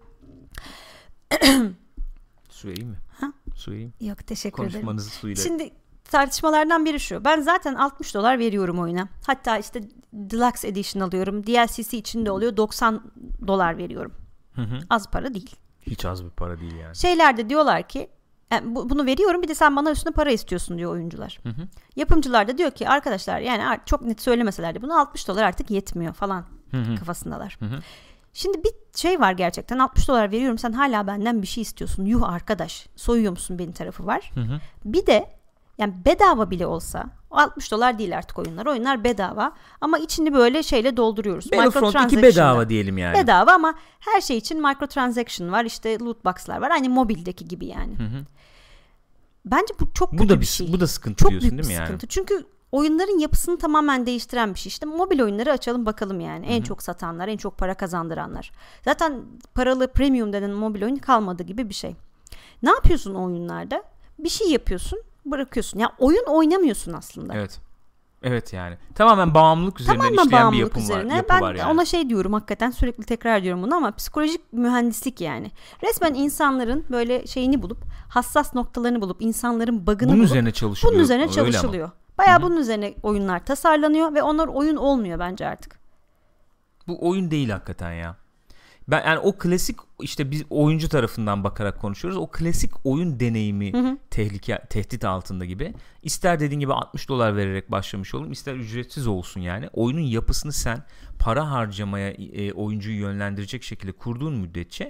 Su vereyim mi? Su vereyim. Yok, teşekkür Konuşmanızı ederim. Suyla. Şimdi tartışmalardan biri şu. Ben zaten $60 veriyorum oyuna. Hatta işte Deluxe Edition alıyorum. DLC'si içinde oluyor. $90 veriyorum. Az para değil. Hiç az bir para değil yani. Şeylerde diyorlar ki yani bunu veriyorum, bir de sen bana üstüne para istiyorsun diyor oyuncular. Yapımcılar da diyor ki arkadaşlar, yani çok net söylemeselerdi bunu, $60 artık yetmiyor falan kafasındalar. Şimdi bir şey var, gerçekten $60 veriyorum, sen hala benden bir şey istiyorsun. Yuh arkadaş, soyuyor musun beni tarafı var. Bir de yani bedava bile olsa, $60 değil artık oyunlar. Oyunlar bedava ama içini böyle şeyle dolduruyoruz. Battlefront 2 bedava diyelim yani. Bedava ama her şey için microtransaction var, işte loot box'lar var. Aynı mobildeki gibi yani. Bence bu çok kötü bir şey. Bu da sıkıntı çok diyorsun büyük değil mi yani? Sıkıntı. Çünkü oyunların yapısını tamamen değiştiren bir şey. İşte mobil oyunları açalım bakalım yani. En çok satanlar, en çok para kazandıranlar. Zaten paralı premium denen mobil oyun kalmadı gibi bir şey. Ne yapıyorsun o oyunlarda? Bir şey yapıyorsun, bırakıyorsun. Ya oyun oynamıyorsun aslında. Evet. Evet yani. Tamamen bağımlılık üzerinden işleyen bir yapı var. Ben yani. Ona şey diyorum, hakikaten sürekli tekrar diyorum bunu, ama psikolojik mühendislik yani. Resmen insanların böyle şeyini bulup, hassas noktalarını bulup, insanların bug'ını bulup. Bunun üzerine çalışılıyor. Bayağı bunun üzerine oyunlar tasarlanıyor ve onlar oyun olmuyor bence artık. Bu oyun değil hakikaten ya. Ben yani o klasik, işte biz oyuncu tarafından bakarak konuşuyoruz. O klasik oyun deneyimi tehdit altında gibi. İster dediğin gibi $60 vererek başlamış olun, ister ücretsiz olsun yani. Oyunun yapısını sen para harcamaya oyuncuyu yönlendirecek şekilde kurduğun müddetçe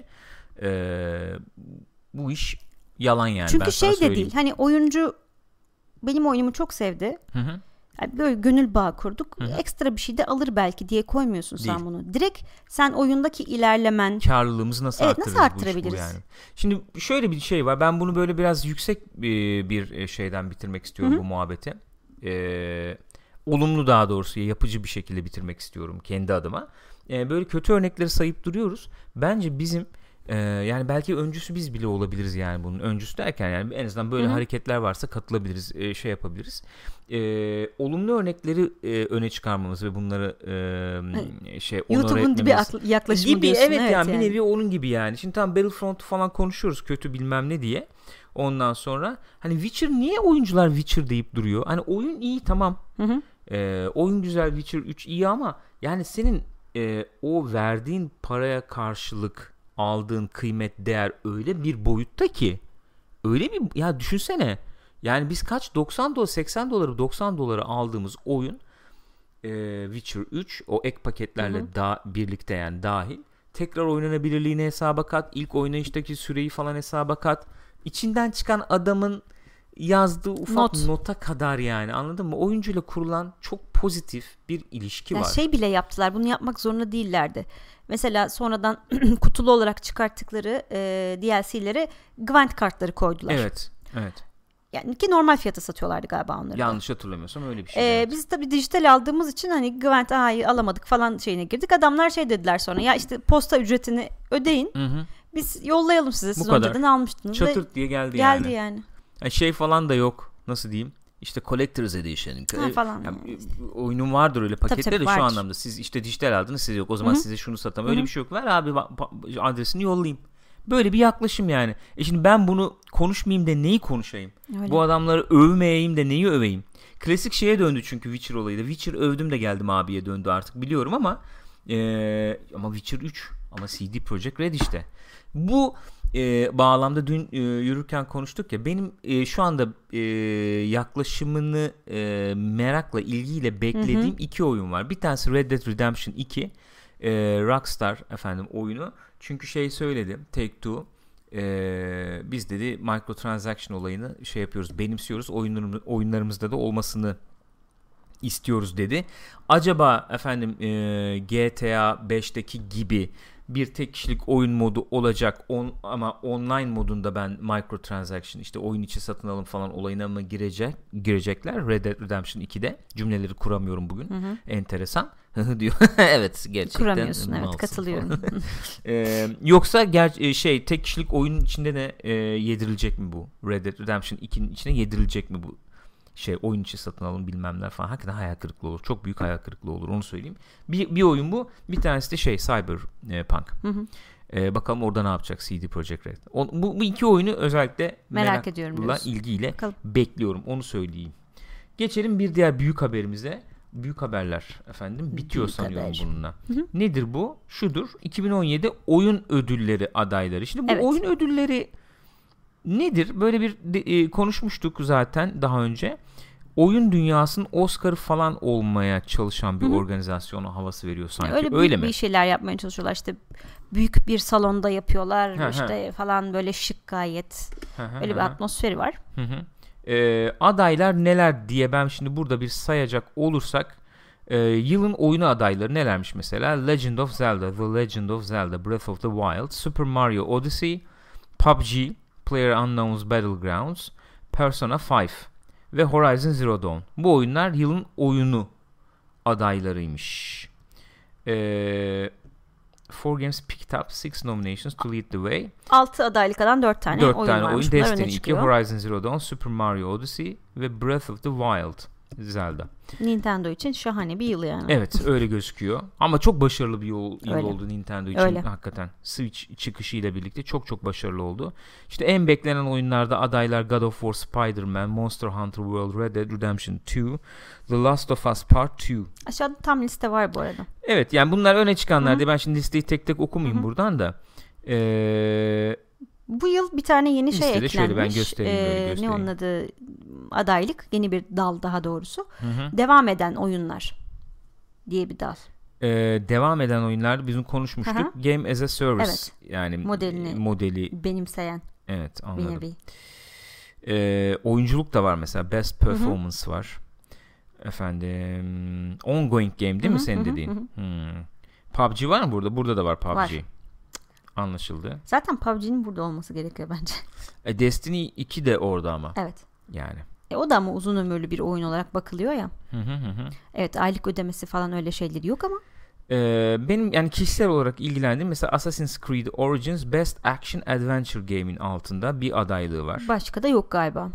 bu iş yalan yani. Çünkü şey de değil. Hani oyuncu benim oyunumu çok sevdi. Yani böyle gönül bağı kurduk. Ekstra bir şey de alır belki diye koymuyorsun sen bunu. Direkt sen oyundaki ilerlemen, karlılığımızı nasıl arttırabiliriz? Bu yani. Şimdi şöyle bir şey var. Ben bunu böyle biraz yüksek bir şeyden bitirmek istiyorum bu muhabbeti. Olumlu, daha doğrusu yapıcı bir şekilde bitirmek istiyorum kendi adıma. Böyle kötü örnekleri sayıp duruyoruz. Bence bizim yani belki öncüsü biz bile olabiliriz yani bunun. Öncüsü derken yani en azından böyle hareketler varsa katılabiliriz, şey yapabiliriz. Olumlu örnekleri öne çıkarmamız ve bunları YouTube'un dibi yaklaşımı gibi, diyorsun. evet yani bir nevi onun gibi yani. Şimdi tam Battlefront'u falan konuşuyoruz, kötü bilmem ne diye. Ondan sonra hani Witcher, niye oyuncular Witcher deyip duruyor? Hani oyun iyi, tamam. Oyun güzel, Witcher 3 iyi ama yani senin o verdiğin paraya karşılık aldığın kıymet, değer öyle bir boyutta ki, öyle bir, ya düşünsene yani biz kaç $90 $80 $90 aldığımız oyun Witcher 3 o ek paketlerle birlikte yani dahil, tekrar oynanabilirliğini hesaba kat, ilk oynayıştaki süreyi falan hesaba kat, içinden çıkan adamın yazdığı ufak nota kadar, yani anladın mı? Oyuncuyla kurulan çok pozitif bir ilişki var. Şey bile yaptılar, bunu yapmak zorunda değillerdi. Mesela sonradan kutulu olarak çıkarttıkları DLC'lere Gwent kartları koydular. Evet. Yani ki normal fiyata satıyorlardı galiba onları. Yanlış hatırlamıyorsam öyle bir şey. Biz tabii dijital aldığımız için hani Gwent alamadık falan şeyine girdik. Adamlar şey dediler sonra, ya işte posta ücretini ödeyin. Biz yollayalım size. Siz önceden almıştınız. Çatırt diye geldi yani. Yani şey falan da yok. Nasıl diyeyim? işte Collector's Edition falan. Yani, oyunun vardır öyle paketleri de vardır. Şu anlamda siz işte dijital aldınız, siz yok o zaman size şunu satamam. Öyle bir şey yok. Ver abi adresini yollayayım. Böyle bir yaklaşım yani. Şimdi ben bunu konuşmayayım da neyi konuşayım? Öyle. Bu adamları övmeyeyim de neyi öveyim? Klasik şeye döndü çünkü Witcher olayı da. Witcher övdüm de geldim abiye döndü artık biliyorum ama Witcher 3 ama CD Projekt Red işte. Bu bağlamda dün yürürken konuştuk ya, benim şu anda yaklaşımını merakla, ilgiyle beklediğim iki oyun var. Bir tanesi Red Dead Redemption 2 Rockstar oyunu. Çünkü söyledi Take-Two, biz dedi microtransaction olayını yapıyoruz, benimsiyoruz, oyunlarımızda da olmasını istiyoruz dedi. Acaba GTA 5'teki gibi bir tek kişilik oyun modu olacak ama online modunda ben microtransaction işte oyun içi satın alım falan olayına mı girecekler Red Dead Redemption 2'de? Cümleleri kuramıyorum bugün. Enteresan. diyor. Evet, gerçekten. Kuramıyorsun, evet, katılıyorum. Yoksa tek kişilik oyunun içinde de yedirilecek mi bu? Red Dead Redemption 2'nin içine yedirilecek mi bu? Oyun içi satın alın bilmemler falan. Hakikaten hayal kırıklığı olur. Çok büyük hayal kırıklığı olur, onu söyleyeyim. Bir oyun bu. Bir tanesi de Cyberpunk. Bakalım orada ne yapacak CD Projekt Red. Bu iki oyunu özellikle merak ediyorum diyorsun. İlgiyle bekliyorum. Onu söyleyeyim. Geçelim bir diğer büyük haberimize. Büyük haberler bitiyor büyük sanıyorum haber. Bununla. Nedir bu? Şudur. 2017 oyun ödülleri adayları. Şimdi bu oyun ödülleri nedir? Böyle bir konuşmuştuk zaten daha önce. Oyun dünyasının Oscar'ı falan olmaya çalışan bir organizasyona havası veriyor sanki. Öyle mi? Bir şeyler yapmaya çalışıyorlar. İşte büyük bir salonda yapıyorlar. İşte falan böyle şık gayet. Öyle bir atmosferi var. Adaylar neler diye ben şimdi burada bir sayacak olursak yılın oyunu adayları nelermiş mesela? Legend of Zelda, The Legend of Zelda, Breath of the Wild, Super Mario Odyssey, PUBG, PlayerUnknown's Battlegrounds, Persona 5 ve Horizon Zero Dawn. Bu oyunlar yılın oyunu adaylarıymış. 4 Games picked up 6 nominations to lead the way. 6 adaylık alan 4 tane oyun varmış. Destiny 2, Horizon Zero Dawn, Super Mario Odyssey ve Breath of the Wild. Zelda. Nintendo için şahane bir yıl yani. Evet, öyle gözüküyor. Ama çok başarılı bir yıl oldu Nintendo için. Öyle. Hakikaten Switch çıkışıyla birlikte çok başarılı oldu. İşte en beklenen oyunlarda adaylar God of War, Spider-Man, Monster Hunter World, Red Dead Redemption 2, The Last of Us Part 2. Aşağıda tam liste var bu arada. Evet, yani bunlar öne çıkanlar diye ben şimdi listeyi tek tek okumayayım buradan da. Bu yıl bir tane yeni eklenmiş. Şöyle ben göstereyim. Ne onun adı? Adaylık. Yeni bir dal daha doğrusu. Devam eden oyunlar diye bir dal. Devam eden oyunlar bizim konuşmuştuk. Game as a Service. Evet. Yani modeli benimseyen. Evet, anladım. Oyunculuk da var mesela. Best Performance var. Ongoing Game değil mi senin dediğin? PUBG var mı burada? Burada da var PUBG. Var. Anlaşıldı. Zaten PUBG'nin burada olması gerekiyor bence. Destiny 2 de orada ama. Evet. Yani. O da ama uzun ömürlü bir oyun olarak bakılıyor ya. Evet, aylık ödemesi falan öyle şeyleri yok ama. Benim yani kişisel olarak ilgilendiğim mesela Assassin's Creed Origins Best Action Adventure Game'in altında bir adaylığı var. Başka da yok galiba.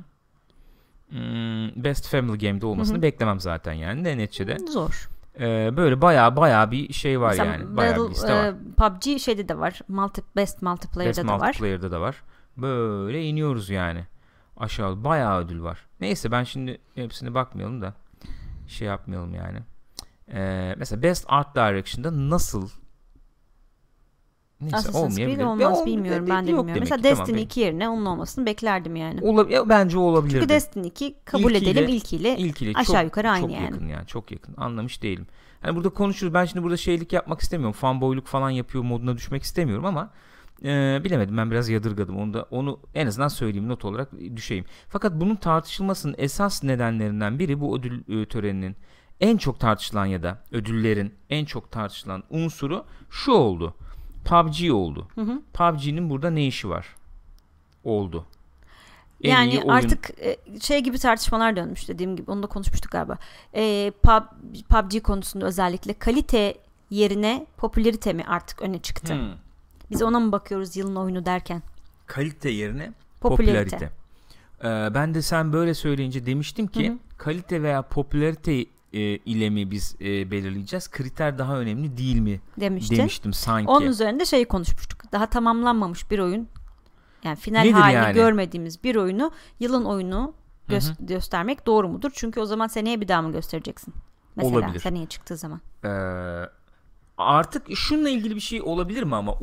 Best Family Game'de olmasını beklemem zaten yani. Neticede. Zor. Böyle bayağı bir şey var mesela yani. Bayağı bir liste var. PUBG şeyde de var. Best Multiplayer'da da var. Böyle iniyoruz yani. Aşağı bayağı ödül var. Neyse ben şimdi hepsine bakmayalım da yapmayalım yani. Mesela Best Art Direction'da nasıl? Neyse, Assassin's Creed olmaz, bilmiyorum, ben de bilmiyorum. Mesela Destiny 2 yerine onun olmasını beklerdim yani. Bence olabilirdi. Çünkü Destiny 2 kabul edelim ilkiyle aşağı yukarı aynı yani. Çok yakın yani, çok yakın. Anlamış değilim. Yani burada konuşuruz. Ben şimdi burada şeylik yapmak istemiyorum. Fanboyluk falan yapıyor moduna düşmek istemiyorum ama bilemedim, ben biraz yadırgadım. Onu en azından söyleyeyim, not olarak düşeyim. Fakat bunun tartışılmasının esas nedenlerinden biri bu ödül töreninin en çok tartışılan ya da ödüllerin en çok tartışılan unsuru şu oldu. PUBG oldu. PUBG'nin burada ne işi var? Oldu. Yani artık gibi tartışmalar dönmüş, dediğim gibi onu da konuşmuştuk galiba. PUBG konusunda özellikle kalite yerine popülarite mi artık öne çıktı? Biz ona mı bakıyoruz yılın oyunu derken? Kalite yerine popülarite. Ben de sen böyle söyleyince demiştim ki kalite veya popülarite ile mi biz belirleyeceğiz? Kriter daha önemli değil mi? Demiştim sanki. Onun üzerinde şeyi konuşmuştuk. Daha tamamlanmamış bir oyun. Yani final halini görmediğimiz bir oyunu yılın oyunu göstermek doğru mudur? Çünkü o zaman seneye bir daha mı göstereceksin? Mesela olabilir. Seneye çıktığı zaman. Artık şununla ilgili bir şey olabilir mi ama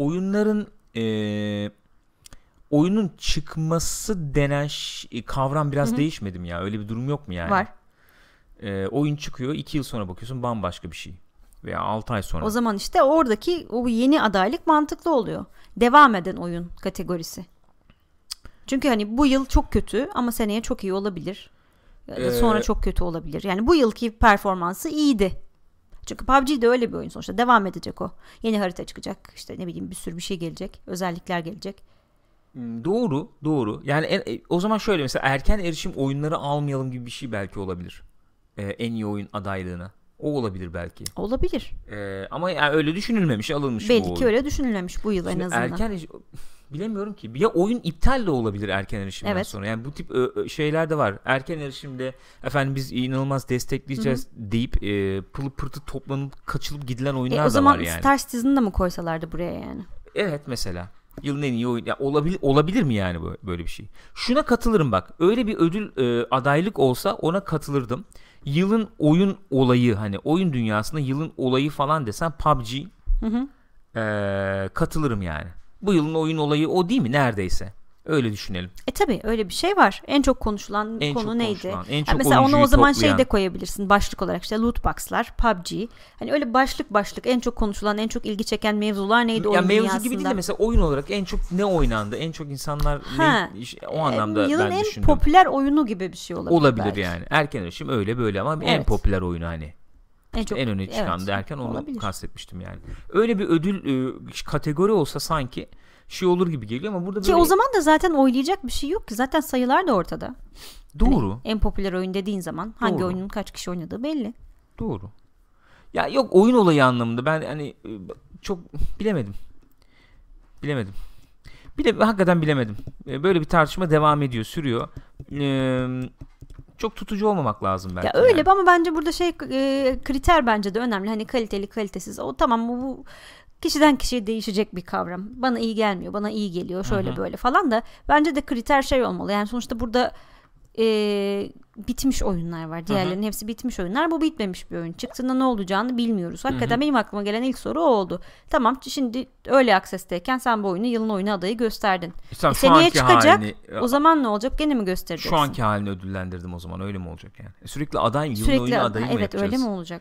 oyunun çıkması denen kavram biraz değişmedi mi ya? Öyle bir durum yok mu yani? Var. Oyun çıkıyor, 2 yıl sonra bakıyorsun bambaşka bir şey. Veya 6 ay sonra. O zaman işte oradaki o yeni adaylık mantıklı oluyor. Devam eden oyun kategorisi. Çünkü hani bu yıl çok kötü ama seneye çok iyi olabilir. Ya da sonra çok kötü olabilir. Yani bu yılki performansı iyiydi. Çünkü PUBG de öyle bir oyun sonuçta. Devam edecek o. Yeni harita çıkacak. İşte ne bileyim bir sürü bir şey gelecek. Özellikler gelecek. Doğru. Yani o zaman şöyle mesela erken erişim oyunları almayalım gibi bir şey belki olabilir. En iyi oyun adaylığına. O olabilir belki. Olabilir. Ama yani öyle düşünülmemiş, alınmış belki bu oyun. Belki öyle düşünülmemiş bu yıl şimdi en azından. Erken bilemiyorum ki. Ya oyun iptal de olabilir erken erişimden sonra. Yani bu tip şeyler de var. Erken erişimde efendim biz inanılmaz destekleyeceğiz deyip pılı pırtı toplanıp kaçılıp gidilen oyunlar da var yani. O zaman Star Citizen'ı da mı koysalardı buraya yani? Evet mesela. Yılın en iyi oyun. Ya olabilir mi yani böyle bir şey? Şuna katılırım bak. Öyle bir ödül adaylık olsa ona katılırdım. Yılın oyun olayı hani oyun dünyasında yılın olayı falan desen PUBG katılırım yani. Bu yılın oyun olayı o değil mi neredeyse? Öyle düşünelim. Tabii öyle bir şey var. En çok konuşulan konu neydi? En çok mesela onu o zaman toplayan. Şey de koyabilirsin başlık olarak işte loot box'lar, PUBG. Hani öyle başlık en çok konuşulan, en çok ilgi çeken mevzular neydi oyun dünyasında? Mevzu gibi değil de mesela oyun olarak en çok ne oynandı? En çok insanlar o anlamda ben düşündüm. Yılın en popüler oyunu gibi bir şey olabilir. Olabilir belki. Yani. Erken erişim öyle böyle ama en popüler oyunu hani. En öne çıkan derken onu olabilir. Kastetmiştim yani. Öyle bir ödül kategori olsa sanki şey olur gibi geliyor ama burada böyle... Ki o zaman da zaten oylayacak bir şey yok ki. Zaten sayılar da ortada. Doğru. Hani en popüler oyun dediğin zaman hangi oyunun kaç kişi oynadığı belli. Doğru. Ya yok oyun olayı anlamında ben hani çok bilemedim. Hakikaten bilemedim. Böyle bir tartışma devam ediyor, sürüyor. Çok tutucu olmamak lazım belki. Ya öyle yani. Ama bence burada kriter bence de önemli. Hani kaliteli kalitesiz. O tamam bu kişiden kişiye değişecek bir kavram. Bana iyi gelmiyor, bana iyi geliyor, şöyle böyle falan da bence de kriter olmalı. Yani sonuçta burada bitmiş oyunlar var. Diğerlerinin hepsi bitmiş oyunlar. Bu bitmemiş bir oyun. Çıktığında ne olacağını bilmiyoruz. Hakikaten benim aklıma gelen ilk soru o oldu. Tamam şimdi öyle access'teyken sen bu oyunu yılın oyunu adayı gösterdin. Seneye çıkacak. O zaman ne olacak? Gene mi göstereceksin? Şu anki halini ödüllendirdim o zaman. Öyle mi olacak yani? Sürekli yılın oyunu adayı mı yapacağız? Evet öyle mi olacak?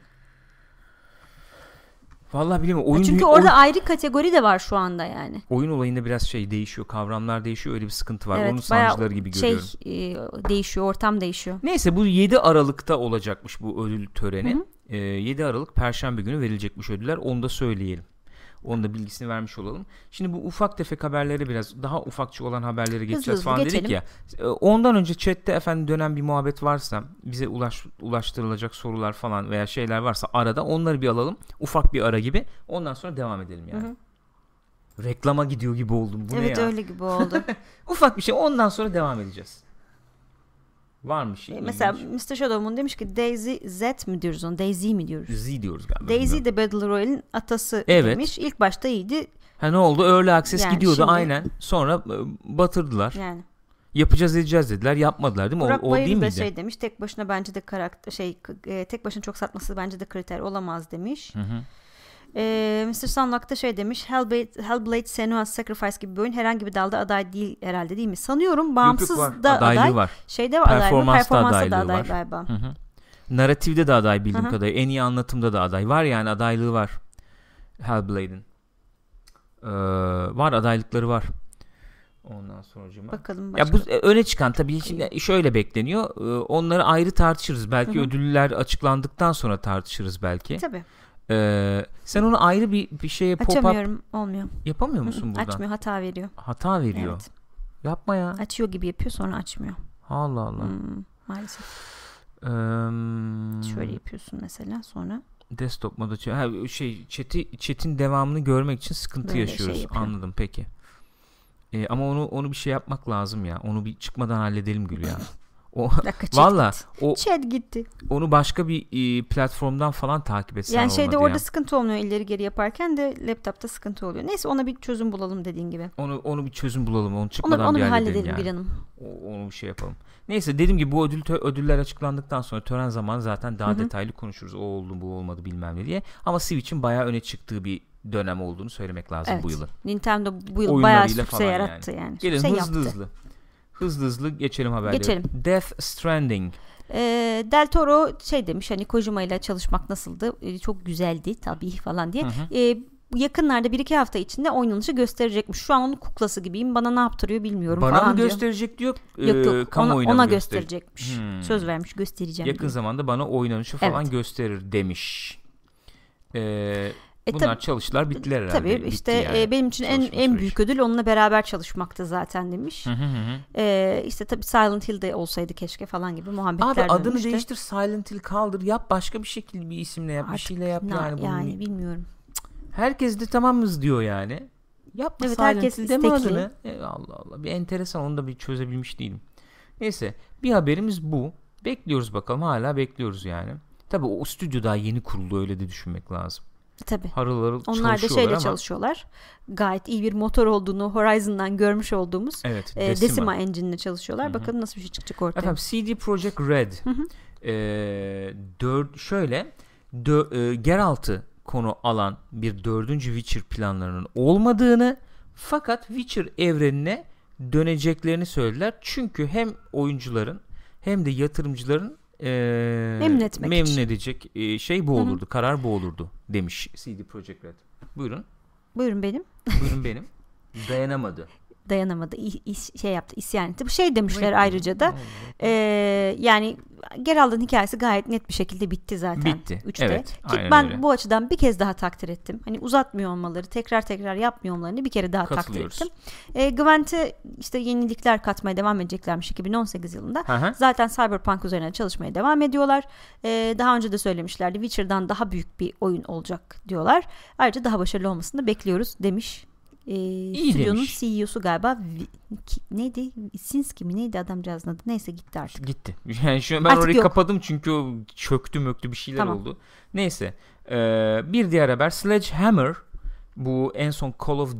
Vallahi bilmiyorum. Çünkü orada ayrı kategori de var şu anda yani. Oyun olayında biraz değişiyor. Kavramlar değişiyor. Öyle bir sıkıntı var. Evet, onun sancıları gibi görüyorum. Değişiyor. Ortam değişiyor. Neyse bu 7 Aralık'ta olacakmış bu ödül töreni. 7 Aralık Perşembe günü verilecekmiş ödüller. Onu da söyleyelim. Onun da bilgisini vermiş olalım. Şimdi bu ufak tefek haberlere biraz daha ufakçı olan haberlere geçeceğiz falan dedik ya. Ondan önce chatte efendim dönen bir muhabbet varsa bize ulaştırılacak sorular falan veya şeyler varsa arada onları bir alalım. Ufak bir ara gibi. Ondan sonra devam edelim yani. Reklama gidiyor gibi oldum. Bu ne ya? Evet öyle gibi oldu. Ufak bir şey. Ondan sonra devam edeceğiz. Var mı şey? Mesela Mr. Shadowmoon demiş ki Daisy Z mi diyoruz onu? Daisy mi diyoruz? Z diyoruz galiba. Daisy de Battle Royale'in atası demiş. İlk başta iyiydi. Ne oldu? Early Access gidiyordu şimdi, aynen. Sonra batırdılar. Yani. Yapacağız edeceğiz dediler. Yapmadılar değil mi? Burak o değil miydi? Da demiş. Tek başına bence de tek başına çok satması bence de kriter olamaz demiş. Mr. Sunlock da demiş. Hellblade Senua's Sacrifice gibi bir oyun herhangi bir dalda aday değil herhalde değil mi? Sanıyorum bağımsız da aday. Var. Performansta da aday galiba. Narratifde de aday bildiğim kadarıyla. En iyi anlatımda da aday. Var yani adaylığı var. Hellblade'in. Var adaylıkları var. Ondan sonra bakalım başka. Ya bu öne çıkan tabii şimdi şöyle bekleniyor. Onları ayrı tartışırız. Belki ödüller açıklandıktan sonra tartışırız belki. Tabii. Sen onu ayrı bir şeye pop-up açamıyorum, olmuyor. Yapamıyor musun buradan? Açmıyor, hata veriyor. Hata veriyor. Evet. Yapma ya. Açıyor gibi yapıyor sonra açmıyor. Allah Allah. Maalesef. Şöyle yapıyorsun mesela sonra. Desktop modu chat'in devamını görmek için sıkıntı yaşıyoruz. Anladım peki. Ama onu bir şey yapmak lazım ya. Onu bir çıkmadan halledelim Gül ya. Valla chat gitti. Onu başka bir platformdan falan takip etsen yani olmadı orada sıkıntı olmuyor, ileri geri yaparken de laptopta sıkıntı oluyor. Neyse ona bir çözüm bulalım dediğin gibi. Onu bir çözüm bulalım. Onu çıkmadan onu bir halledelim yani. Gül Hanım. Onu bir şey yapalım. Neyse dediğim gibi bu ödüller açıklandıktan sonra tören zamanı zaten daha detaylı konuşuruz. O oldu bu olmadı bilmem ne diye. Ama Switch'in bayağı öne çıktığı bir dönem olduğunu söylemek lazım bu yılın. Nintendo bu yıl bayağı sükse yarattı yani. Gelin hızlı geçelim haberleri. Geçelim. Death Stranding. Del Toro demiş, hani Kojima ile çalışmak nasıldı? Çok güzeldi tabii falan diye. Yakınlarda 1-2 hafta içinde oynanışı gösterecekmiş. Şu an onun kuklası gibiyim. Bana ne yaptırıyor bilmiyorum bana falan mı gösterecek diyor. Yok. Ona gösterecekmiş. Söz vermiş, göstereceğim. Yakın zamanda bana oynanışı falan gösterir demiş. Bunlar çalıştılar, bittiler herhalde. Tabii işte yani. Benim için en büyük ödül onunla beraber çalışmaktı zaten demiş. İşte tabii Silent Hill'de olsaydı keşke falan gibi muhabbetler. Abi adını değiştir, Silent Hill kaldır, yap başka bir şekilde bir isimle yap, bir şeyle yap yani. Bilmiyorum. Herkes de tamamız diyor yani. Yapma Silent Hill deme adını. Allah Allah, bir enteresan, onu da bir çözebilmiş değilim. Neyse, bir haberimiz bu. Bekliyoruz bakalım, hala bekliyoruz yani. Tabii o stüdyo daha yeni kuruldu, öyle de düşünmek lazım. Tabii. Harıl harıl onlar da çalışıyorlar. Gayet iyi bir motor olduğunu Horizon'dan görmüş olduğumuz Decima Engine'le çalışıyorlar. Bakalım nasıl bir şey çıkacak ortaya. Efendim, CD Projekt Red Geralt'ı konu alan bir 4. Witcher planlarının olmadığını, fakat Witcher evrenine döneceklerini söylediler. Çünkü hem oyuncuların hem de yatırımcıların memnun edecek bu olurdu. Karar bu olurdu demiş CD Projekt Red. Buyurun. Buyurun benim. Dayanamadı. Yaptı, isyan etti. Bu demişler ayrıca da yani Geralt'ın hikayesi gayet net bir şekilde bitti zaten. Bitti. 3'te. Evet, ki ben öyle. Bu açıdan bir kez daha takdir ettim. Hani uzatmıyor olmaları, tekrar yapmıyor olmalarını bir kere daha takdir ettim. Gwent'e işte yenilikler katmaya devam edeceklermiş 2018 yılında. Aha. Zaten Cyberpunk üzerine çalışmaya devam ediyorlar. Daha önce de söylemişlerdi. Witcher'dan daha büyük bir oyun olacak diyorlar. Ayrıca daha başarılı olmasını da bekliyoruz demiş. Stüdyonun CEO'su galiba neydi? Sinski mi neydi adamcağızın adı? Neyse gitti artık. Gitti. Yani şu ben orayı kapadım çünkü o çöktü bir şeyler oldu. Neyse. Bir diğer haber, Sledgehammer, bu en son Call of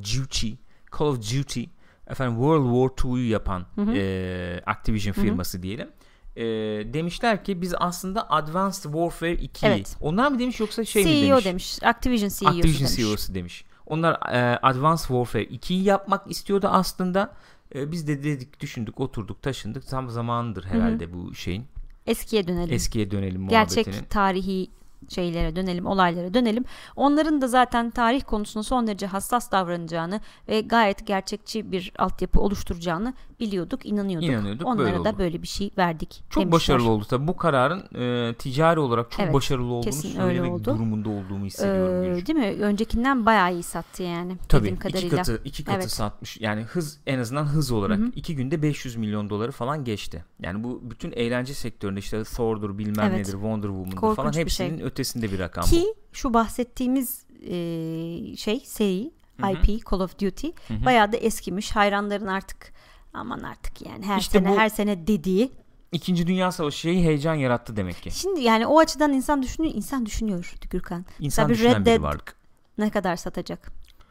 Duty efendim World War II'yu yapan Activision firması diyelim. Demişler ki biz aslında Advanced Warfare 2'yi. Onlar mı demiş yoksa mi demiş? CEO demiş. Activision CEO'su demiş. Onlar Advanced Warfare 2'yi yapmak istiyordu aslında. Biz de dedik, düşündük, oturduk, taşındık. Tam zamanıdır herhalde bu şeyin. Eskiye dönelim muhabbetinin. Gerçek tarihi şeylere dönelim, olaylara dönelim. Onların da zaten tarih konusunda son derece hassas davranacağını ve gayet gerçekçi bir altyapı oluşturacağını biliyorduk, inanıyorduk. Onlara da böyle bir şey verdik. Çok başarılı oldu tabii. Bu kararın ticari olarak çok başarılı olduğunu söylemek durumunda olduğumu hissediyorum. Değil mi? Öncekinden bayağı iyi sattı yani. Tabii iki katı satmış. Yani en azından hız olarak 2 günde 500 milyon doları falan geçti. Yani bu bütün eğlence sektöründe işte Thor'dur bilmem nedir, Wonder Woman'dır korkunç falan hepsinin ötesinde bir rakam. Ki şu bahsettiğimiz seri IP Call of Duty bayağı da eskimiş. Hayranların artık yani her sene dediği. İkinci Dünya Savaşı heyecan yarattı demek ki. Şimdi yani o açıdan insan düşünüyor Gürkan. İnsan düşünen bir varlık. Ne kadar satacak?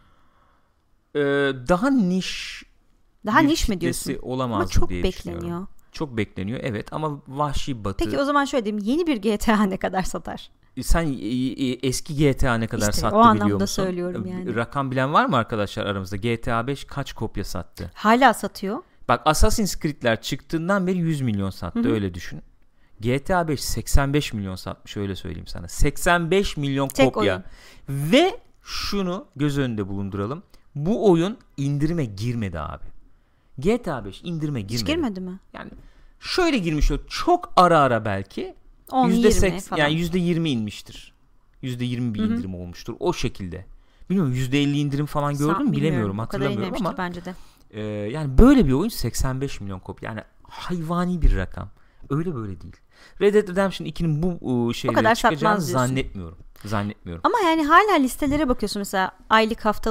Daha niş mi diyorsun? Olamaz ama çok diye bekleniyor. Çok bekleniyor evet, ama Vahşi Batı. Peki o zaman şöyle diyeyim, yeni bir GTA ne kadar satar? Sen eski GTA ne kadar sattı biliyor musun? O anlamda söylüyorum yani. Rakam bilen var mı arkadaşlar aramızda? GTA 5 kaç kopya sattı? Hala satıyor. Bak, Assassin's Creed'ler çıktığından beri 100 milyon sattı, öyle düşün. GTA 5 85 milyon satmış, öyle söyleyeyim sana. 85 milyon tek kopya. Oyun. Ve şunu göz önünde bulunduralım. Bu oyun indirime girmedi abi. GTA 5 indirime girmedi. Hiç girmedi mi? Yani şöyle girmiş o, çok ara belki. 10-20 falan. Yani %20 inmiştir. %20 bir indirim olmuştur. O şekilde. Bilmiyorum, %50 indirim falan gördün mü bilemiyorum, hatırlamıyorum ama. Bence de. Yani böyle bir oyun 85 milyon kopya. Yani hayvani bir rakam. Öyle böyle değil. Red Dead Redemption 2'nin bu şeyleri çıkacağını zannetmiyorum. Ama yani hala listelere bakıyorsun, mesela aylık haftalık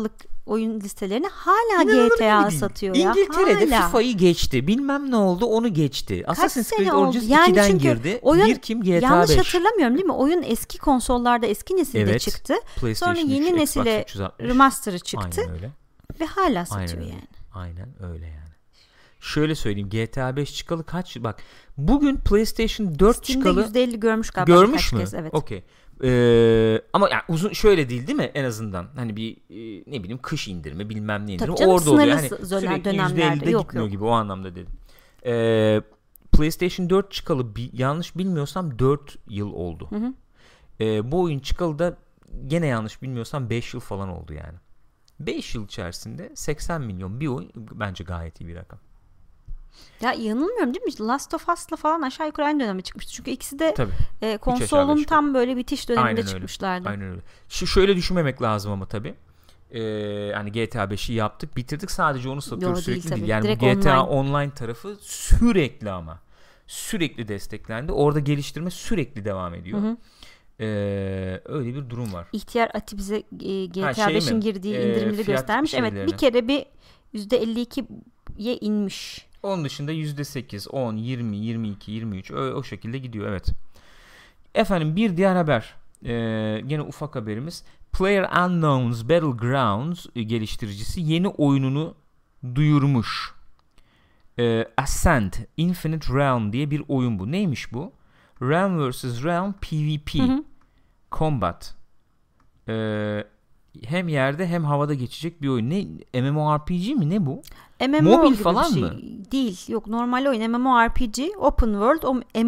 oyun listelerine hala GTA satıyor ya. İngiltere'de FIFA'yı geçti. Bilmem ne oldu, onu geçti. Assassin's Creed Origins yani 2'den girdi. Oyun, bir kim? GTA 5. Yanlış hatırlamıyorum değil mi? Oyun eski konsollarda, eski nesilde çıktı. Sonra yeni nesile remaster'ı çıktı. Aynen öyle. Ve hala satıyor yani. Aynen öyle yani. Şöyle söyleyeyim, GTA 5 çıkalı kaç? Bak bugün PlayStation 4 Steam'de çıkalı. %50 görmüş galiba. Görmüş mü? Kez, evet. Okey. Ama yani uzun şöyle değil mi en azından? Hani bir ne bileyim kış indirme bilmem ne indirme orada oluyor. Hani sürekli %50'de gitmiyor gibi, o anlamda dedim. PlayStation 4 çıkalı yanlış bilmiyorsam 4 yıl oldu. Hı hı. Bu oyun çıkalı da gene yanlış bilmiyorsam 5 yıl falan oldu yani. 5 yıl içerisinde 80 milyon bir oyun bence gayet iyi bir rakam. Ya yanılmıyorum değil mi? Last of Us'la falan aşağı yukarı aynı dönemde çıkmıştı. Çünkü ikisi de konsolun tam böyle bitiş döneminde aynen çıkmışlardı. Aynen öyle. Şöyle düşünmemek lazım ama tabii. Hani GTA 5'i yaptık, bitirdik, sadece onu satıyoruz sürekli değil. Yani bu GTA Online tarafı sürekli desteklendi. Orada geliştirme sürekli devam ediyor. Hı hı. Öyle bir durum var. İhtiyar Ati bize GTA 5'in girdiği indirimleri göstermiş. Evet, bir kere bir %52'ye inmiş. Onun dışında %8, 10, 20, 22, 23 o şekilde gidiyor, evet. Efendim bir diğer haber. Gene ufak haberimiz. PlayerUnknown's Battlegrounds geliştiricisi yeni oyununu duyurmuş. Ascent Infinite Realm diye bir oyun bu. Neymiş bu? Realm vs. Realm PvP. Hı hı. Combat. Hem yerde hem havada geçecek bir oyun. Ne? MMORPG mi? Ne bu? MMO mobil falan şey mı? Değil. Yok, normal oyun. MMORPG, Open World,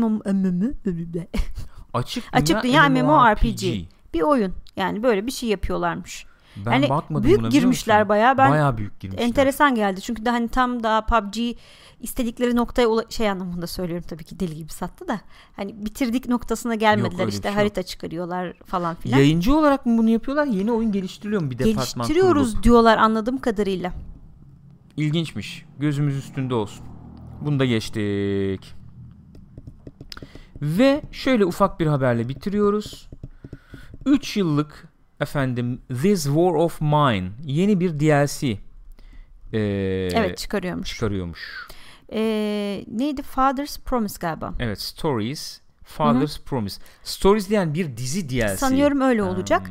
Açık dünya MMORPG. Bir oyun. Yani böyle bir şey yapıyorlarmış. Ben yani bakmadım büyük buna, girmişler bayağı. Bayağı büyük girmişler. Enteresan geldi. Çünkü de hani tam daha PUBG istedikleri noktaya şey anlamında söylüyorum, tabii ki deli gibi sattı da. Hani bitirdik noktasına gelmediler. Yok, işte harita çıkarıyorlar falan filan. Yayıncı olarak mı bunu yapıyorlar? Yeni oyun geliştiriliyor mu bir departman? Geliştiriyoruz diyorlar anladığım kadarıyla. İlginçmiş. Gözümüz üstünde olsun. Bunu da geçtik. Ve şöyle ufak bir haberle bitiriyoruz. 3 yıllık efendim This War of Mine yeni bir DLC evet, çıkarıyormuş. Neydi? Father's Promise galiba. Evet, Stories Father's Promise. Stories diyen bir dizi DLC. Sanıyorum öyle olacak.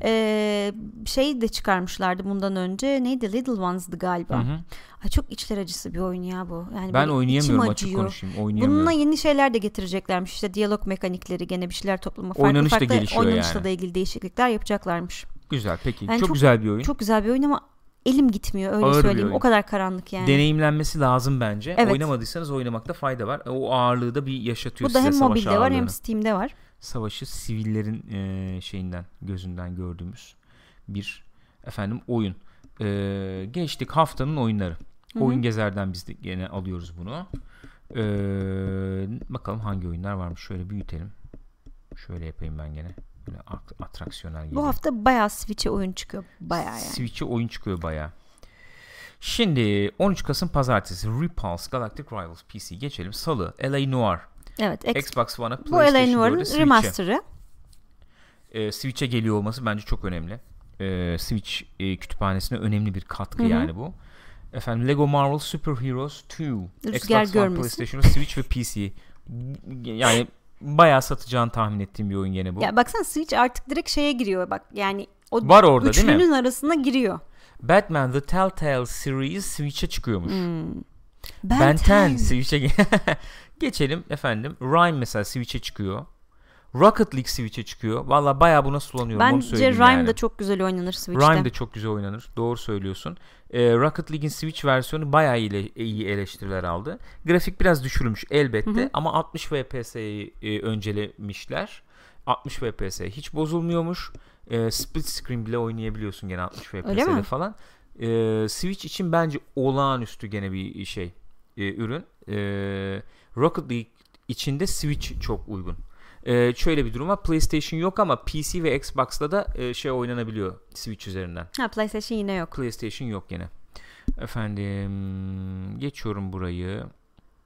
Şey de çıkarmışlardı bundan önce. Neydi? Little Ones'dı galiba. Ay, çok içler acısı bir oyun ya bu. Yani ben oynayamıyorum, açık konuşayım. Bununla yeni şeyler de getireceklermiş. İşte diyalog mekanikleri, gene bir şeyler toplama. Oynanış da gelişiyor oynanışla yani. da ilgili değişiklikler yapacaklarmış. Güzel, peki. Yani çok güzel bir oyun. Çok güzel bir oyun ama elim gitmiyor, öyle söyleyeyim. O kadar karanlık yani. Deneyimlenmesi lazım bence. Evet. Oynamadıysanız oynamakta fayda var. O ağırlığı da bir yaşatıyor size, savaş ağırlığını. Bu da hem mobilde var hem Steam'de var. Savaşı sivillerin gözünden gördüğümüz bir oyun. Geçtik haftanın oyunları. Hı-hı. Oyun Gezer'den biz de yine alıyoruz bunu. Bakalım hangi oyunlar varmış. Şöyle büyütelim. Şöyle yapayım ben gene. Böyle atraksiyonel gibi. Bu hafta bayağı Switch'e oyun çıkıyor. Bayağı yani. Switch'e oyun çıkıyor bayağı. Şimdi 13 Kasım Pazartesi Repulse Galactic Rivals PC geçelim. Salı L.A. Noire. Evet. Xbox One'a, PlayStation 4'e, bu L.A. Noire'ın remaster'ı. Switch'e geliyor olması bence çok önemli. Switch kütüphanesine önemli bir katkı yani bu. Efendim Lego Marvel Super Heroes 2. Xbox One, PlayStation, Switch ve PC. Yani bayağı satacağını tahmin ettiğim bir oyun gene bu. Ya baksana, Switch artık direkt şeye giriyor bak. Yani o var orada, değil mi? Üçlünün arasına giriyor. Batman The Telltale Series Switch'e çıkıyormuş. Ben 10 Switch'e geçelim efendim. Rime mesela Switch'e çıkıyor. Rocket League Switch'e çıkıyor. Valla bayağı buna sulanıyorum. Bence Rime de çok güzel oynanır Switch'te. Rime de çok güzel oynanır. Doğru söylüyorsun. Rocket League'in Switch versiyonu bayağı iyi eleştiriler aldı. Grafik biraz düşürülmüş elbette. Ama 60 FPS'yi öncelemişler. 60 FPS hiç bozulmuyormuş. Split screen bile oynayabiliyorsun gene 60 FPS'de falan. Switch için bence olağanüstü gene bir ürün. Rocket League içinde Switch çok uygun. Şöyle bir durum var. PlayStation yok ama PC ve Xbox'la da oynanabiliyor Switch üzerinden. PlayStation yine yok. PlayStation yok gene. Efendim geçiyorum burayı.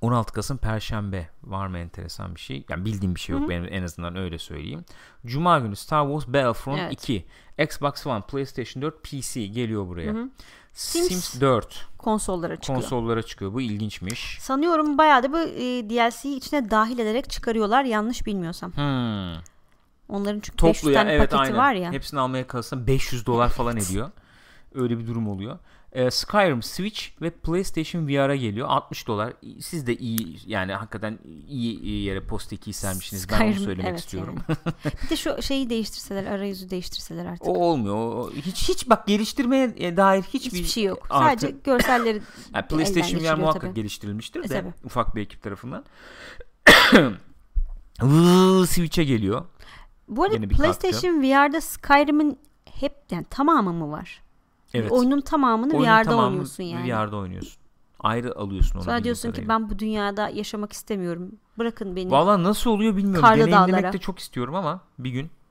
16 Kasım Perşembe var mı enteresan bir şey? Yani bildiğim bir şey yok benim, en azından öyle söyleyeyim. Cuma günü Star Wars Battlefront 2, Xbox One, PlayStation 4, PC geliyor buraya. Sims 4 konsollara çıkıyor. Bu ilginçmiş. Sanıyorum bayağı da bu DLC'yi içine dahil ederek çıkarıyorlar, yanlış bilmiyorsam. Onların çünkü toplu 500 tane paketi aynen. Var ya. Hepsini almaya kalırsan $500 falan ediyor. Öyle bir durum oluyor. Skyrim Switch ve PlayStation VR'a geliyor. $60. Siz de iyi, yani hakikaten iyi yere post-2'yi sermişsiniz. Skyrim, ben onu söylemek istiyorum. Yani. Bir de şu şeyi değiştirseler, arayüzü değiştirseler artık. O olmuyor. Hiç bak, geliştirmeye dair hiçbir şey yok. Sadece görselleri yani PlayStation VR muhakkak tabii. Geliştirilmiştir de ufak bir ekip tarafından. Switch'e geliyor. Bu arada PlayStation VR'da Skyrim'in hep yani tamamı mı var? Evet. Oyunun tamamını VR'da oynuyorsun yani. VR'da oynuyorsun. Ayrı alıyorsun onu. Sonra diyorsun ki ben bu dünyada yaşamak istemiyorum. Bırakın beni. Vallahi nasıl oluyor bilmiyorum. Deneyimlemek de çok istiyorum ama bir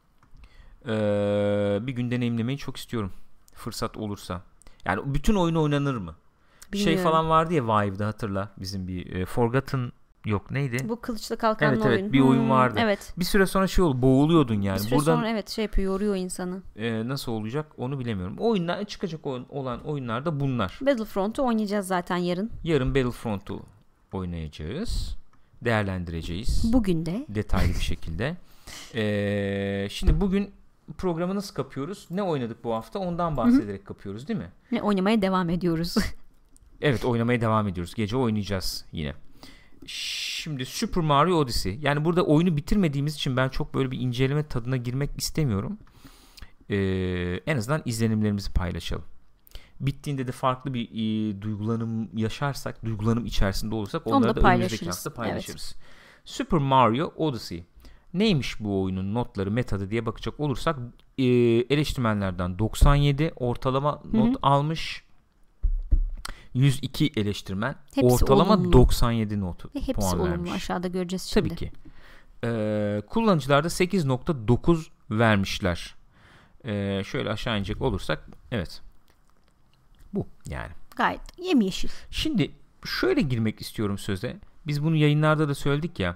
gün deneyimlemeyi çok istiyorum. Fırsat olursa. Yani bütün oyun oynanır mı? Bilmiyorum. Şey falan vardı ya Vive'da, hatırla. Bizim bir Forgotten yok neydi? Bu kılıçla kalkan oyun. Evet bir oyun vardı. Evet. Bir süre sonra şey oldu, boğuluyordun yani. Bir süre sonra şey yapıyor, yoruyor insanı. Nasıl olacak onu bilemiyorum. Oyunlar çıkacak olan oyunlar da bunlar. Battlefront'u oynayacağız zaten yarın. Yarın Battlefront'u oynayacağız. Değerlendireceğiz. Bugün de. Detaylı bir şekilde. Şimdi bugün programı nasıl kapıyoruz? Ne oynadık bu hafta? Ondan bahsederek kapıyoruz değil mi? Ne oynamaya devam ediyoruz. Evet, oynamaya devam ediyoruz. Gece oynayacağız yine. Şimdi Super Mario Odyssey. Yani burada oyunu bitirmediğimiz için ben çok böyle bir inceleme tadına girmek istemiyorum. En azından izlenimlerimizi paylaşalım. Bittiğinde de farklı bir duygulanım yaşarsak, duygulanım içerisinde olursak onları da önümüzdeki hafta paylaşırız. Evet. Super Mario Odyssey. Neymiş bu oyunun notları, metadı diye bakacak olursak eleştirmenlerden 97 ortalama not almış. 102 eleştirmen. Hepsi ortalama olumlu. 97 notu puan vermiş. Hepsi olumlu, aşağıda göreceğiz şimdi. Tabii ki. Kullanıcılar da 8.9 vermişler. Şöyle aşağı inecek olursak evet. Bu yani. Gayet yemyeşil. Şimdi şöyle girmek istiyorum söze. Biz bunu yayınlarda da söyledik ya.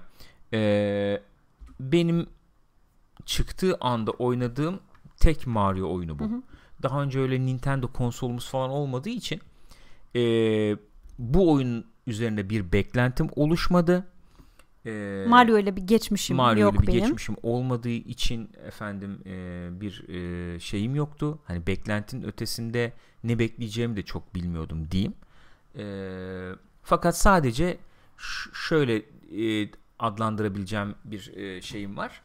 Benim çıktığı anda oynadığım tek Mario oyunu bu. Daha önce öyle Nintendo konsolumuz falan olmadığı için bu oyun üzerine bir beklentim oluşmadı. Mario ile bir geçmişim yok benim. Geçmişim olmadığı için efendim bir şeyim yoktu. Hani beklentinin ötesinde ne bekleyeceğimi de çok bilmiyordum diyeyim. Fakat sadece şöyle adlandırabileceğim bir şeyim var.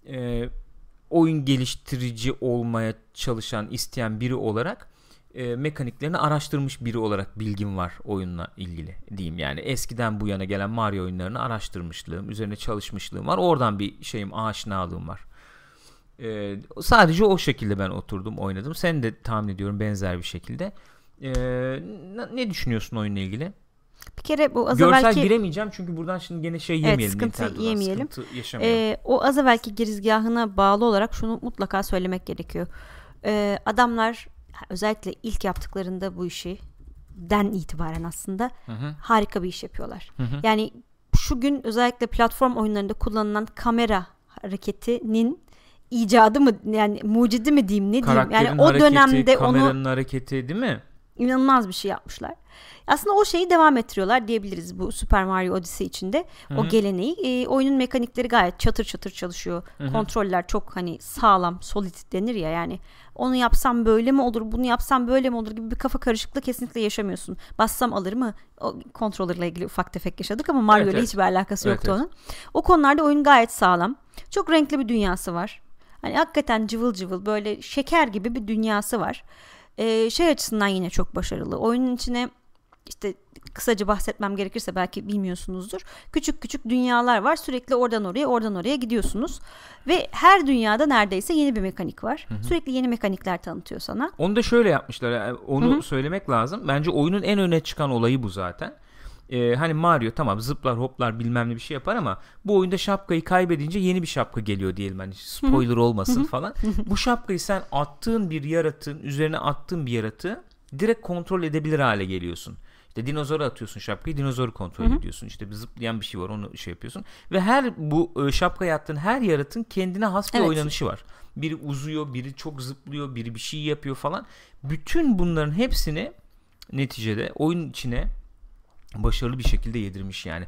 Oyun geliştirici olmaya çalışan, isteyen biri olarak mekaniklerini araştırmış biri olarak bilgim var oyunla ilgili diyeyim. Yani eskiden bu yana gelen Mario oyunlarını araştırmışlığım, üzerine çalışmışlığım var. Oradan bir şeyim, aşinalığım var. Sadece o şekilde ben oturdum, oynadım. Sen de tahmin ediyorum benzer bir şekilde. Ne düşünüyorsun oyunla ilgili? Bir kere bu az görsel evvelki... giremeyeceğim çünkü buradan şimdi gene şey yemeyelim. Evet, sıkıntı yemeyelim. O az evvelki girizgahına bağlı olarak şunu mutlaka söylemek gerekiyor. Adamlar özellikle ilk yaptıklarında bu işi itibaren aslında harika bir iş yapıyorlar. Yani şu gün özellikle platform oyunlarında kullanılan kamera hareketinin icadı mı, yani mucidi mi diyeyim, ne diyeyim, yani o dönemde kameranın hareketi değil mi? İnanılmaz bir şey yapmışlar. Aslında o şeyi devam ettiriyorlar diyebiliriz bu Super Mario Odyssey içinde. O geleneği. Oyunun mekanikleri gayet çatır çatır çalışıyor. Kontroller çok hani sağlam, solid denir ya, yani onu yapsam böyle mi olur, bunu yapsam böyle mi olur gibi bir kafa karışıklığı kesinlikle yaşamıyorsun. Bassam alır mı? O kontrollerle ilgili ufak tefek yaşadık ama Mario ile hiçbir alakası yoktu onun. O konularda oyun gayet sağlam. Çok renkli bir dünyası var. Hani hakikaten cıvıl cıvıl, böyle şeker gibi bir dünyası var. Şey açısından yine çok başarılı. Oyunun içine işte kısaca bahsetmem gerekirse, belki bilmiyorsunuzdur. Küçük küçük dünyalar var. Sürekli oradan oraya gidiyorsunuz. Ve her dünyada neredeyse yeni bir mekanik var. Sürekli yeni mekanikler tanıtıyor sana. Onu da şöyle yapmışlar. Yani onu söylemek lazım. Bence oyunun en öne çıkan olayı bu zaten. Hani Mario tamam zıplar hoplar bilmem ne bir şey yapar ama bu oyunda şapkayı kaybedince yeni bir şapka geliyor diyelim, hani spoiler olmasın falan. Bu şapkayı sen attığın bir yaratığın üzerine attığın bir yaratığı direkt kontrol edebilir hale geliyorsun. İşte dinozora atıyorsun şapkayı, dinozoru kontrol ediyorsun. İşte bir zıplayan bir şey var, onu şey yapıyorsun. Ve her bu şapkaya attığın her yaratığın kendine has bir oynanışı var. Biri uzuyor, biri çok zıplıyor, biri bir şey yapıyor falan. Bütün bunların hepsini neticede oyun içine başarılı bir şekilde yedirmiş yani.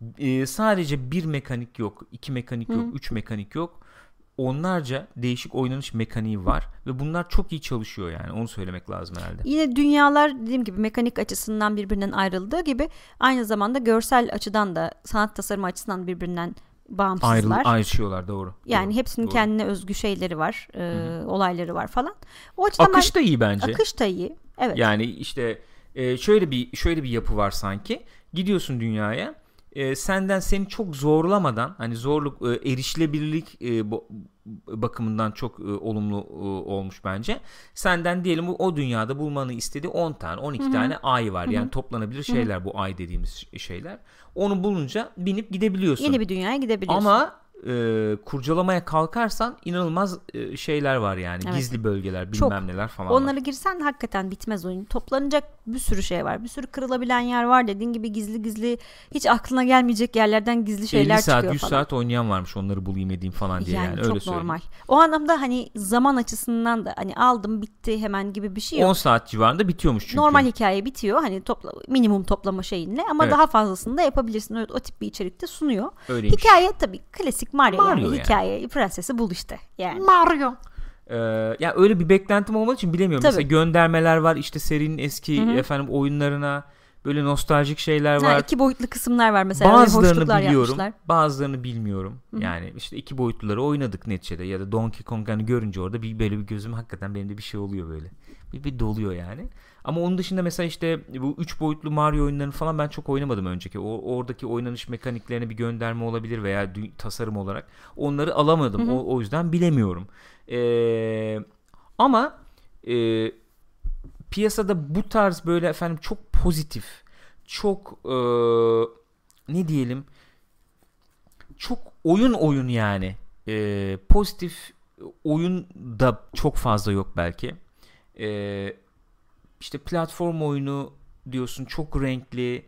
Sadece bir mekanik yok, 2 mekanik yok, 3 mekanik yok. Onlarca değişik oynanış mekaniği var ve bunlar çok iyi çalışıyor yani, onu söylemek lazım herhalde. Yine dünyalar dediğim gibi mekanik açısından birbirinden ayrıldığı gibi aynı zamanda görsel açıdan da sanat tasarımı açısından birbirinden bağımsızlar. Ayrışıyorlar, doğru. Yani doğru, hepsinin doğru. Kendine özgü şeyleri var, olayları var falan. O açıdan akış da iyi bence. Akış da iyi. Evet. Yani işte şöyle bir yapı var sanki. Gidiyorsun dünyaya. Seni çok zorlamadan, hani zorluk, erişilebilirlik bakımından çok olumlu olmuş bence. Senden diyelim o dünyada bulmanı istediği 10 tane 12 tane ay var. Yani toplanabilir şeyler bu ay dediğimiz şeyler. Onu bulunca binip gidebiliyorsun. Yeni bir dünyaya gidebiliyorsun. Ama kurcalamaya kalkarsan inanılmaz şeyler var yani. Evet. Gizli bölgeler, bilmem neler falan var. Onlara girsen hakikaten bitmez oyun. Toplanacak bir sürü şey var. Bir sürü kırılabilen yer var. Dediğin gibi gizli hiç aklına gelmeyecek yerlerden gizli şeyler çıkıyor falan. 50 saat 100 saat oynayan varmış, onları bulayım edeyim falan diye yani. Çok öyle normal. O anlamda hani zaman açısından da hani aldım bitti hemen gibi bir şey yok. 10 saat civarında bitiyormuş çünkü. Normal hikaye bitiyor. Hani minimum toplama şeyinle ama daha fazlasını da yapabilirsin. O tip bir içerikte sunuyor. Öyleymiş. Hikaye tabii klasik Mario yani. Hikaye, prensesi bul işte. Yani. Mario. Ya öyle bir beklentim olmadığı için bilemiyorum. Tabii. Mesela göndermeler var işte serinin eski oyunlarına, böyle nostaljik şeyler var. 2 boyutlu kısımlar var mesela. Bazılarını biliyorum, bazılarını bilmiyorum. Yani işte 2 boyutluları oynadık neticede, ya da Donkey Kong'u görünce orada böyle bir gözüm hakikaten, benim de bir şey oluyor böyle. Bir doluyor yani. Ama onun dışında mesela işte bu 3 boyutlu Mario oyunlarını falan ben çok oynamadım önceki. Oradaki oynanış mekaniklerine bir gönderme olabilir veya tasarım olarak. Onları alamadım. O yüzden bilemiyorum. Ama piyasada bu tarz böyle çok pozitif, çok ne diyelim, çok oyun yani. Pozitif oyun da çok fazla yok belki. İşte platform oyunu diyorsun, çok renkli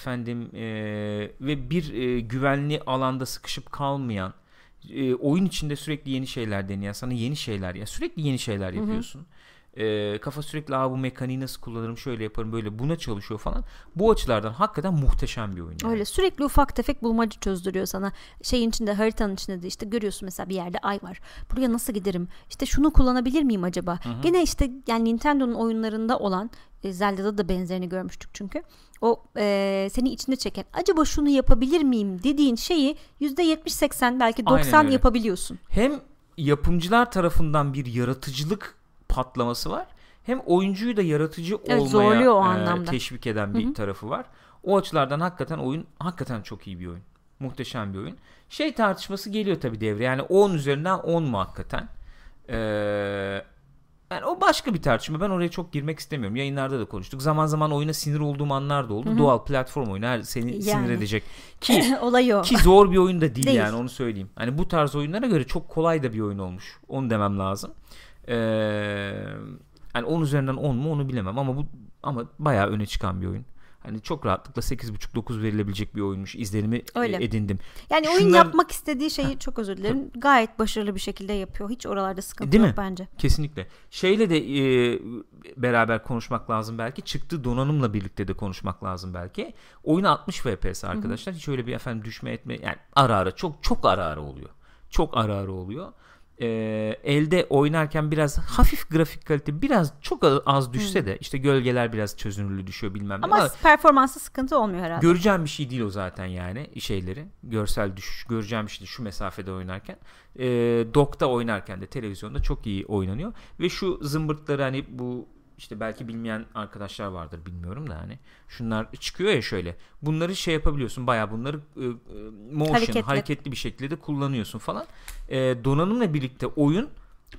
ve bir güvenli alanda sıkışıp kalmayan, oyun içinde sürekli yeni şeyler deneyen, sana yeni şeyler ya, sürekli yeni şeyler yapıyorsun. Kafa sürekli bu mekaniği nasıl kullanırım, şöyle yaparım, böyle, buna çalışıyor falan. Bu açılardan hakikaten muhteşem bir oyun yani. Öyle sürekli ufak tefek bulmaca çözdürüyor sana. Şeyin içinde, haritanın içinde de işte görüyorsun mesela bir yerde ay var. Buraya nasıl giderim? İşte şunu kullanabilir miyim acaba? Gene işte yani Nintendo'nun oyunlarında olan, Zelda'da da benzerini görmüştük çünkü. O seni içine çeken, acaba şunu yapabilir miyim dediğin şeyi %70-80 belki 90 yapabiliyorsun. Hem yapımcılar tarafından bir yaratıcılık patlaması var. Hem oyuncuyu da yaratıcı olmaya teşvik eden bir tarafı var. O açılardan hakikaten oyun hakikaten çok iyi bir oyun. Muhteşem bir oyun. Tartışması geliyor tabii devreye. Yani 10 üzerinden 10 mu hakikaten? Yani o başka bir tartışma. Ben oraya çok girmek istemiyorum. Yayınlarda da konuştuk. Zaman zaman oyuna sinir olduğum anlar da oldu. Doğal platform oyunu seni sinir edecek. Ki ki zor bir oyun da değil yani, onu söyleyeyim. Hani bu tarz oyunlara göre çok kolay da bir oyun olmuş. Onu demem lazım. Yani 10 üzerinden 10 mu onu bilemem ama bayağı öne çıkan bir oyun. Hani çok rahatlıkla 8.5-9 verilebilecek bir oyunmuş izlenimi edindim. Yani oyun yapmak istediği şeyi, çok özür dilerim, gayet başarılı bir şekilde yapıyor. Hiç oralarda sıkıntı yok bence. Kesinlikle. Şeyle de beraber konuşmak lazım belki. Çıktığı donanımla birlikte de konuşmak lazım belki. Oyun 60 FPS arkadaşlar. Hiç öyle bir düşme etme, yani ara ara, çok ara ara oluyor. Çok ara ara oluyor. Elde oynarken biraz hafif grafik kalite biraz çok az düşse de işte gölgeler biraz çözünürlüğü düşüyor bilmem ne. Ama performansı sıkıntı olmuyor herhalde. Göreceğim bir şey değil o zaten yani, görsel düşüş göreceğim bir şey değil şu mesafede oynarken. Dock'ta oynarken de televizyonda çok iyi oynanıyor ve şu zımbırtları, hani bu işte belki bilmeyen arkadaşlar vardır, bilmiyorum da, hani şunlar çıkıyor ya şöyle, bunları yapabiliyorsun, bayağı bunları hareketli bir şekilde de kullanıyorsun falan. Donanımla birlikte oyun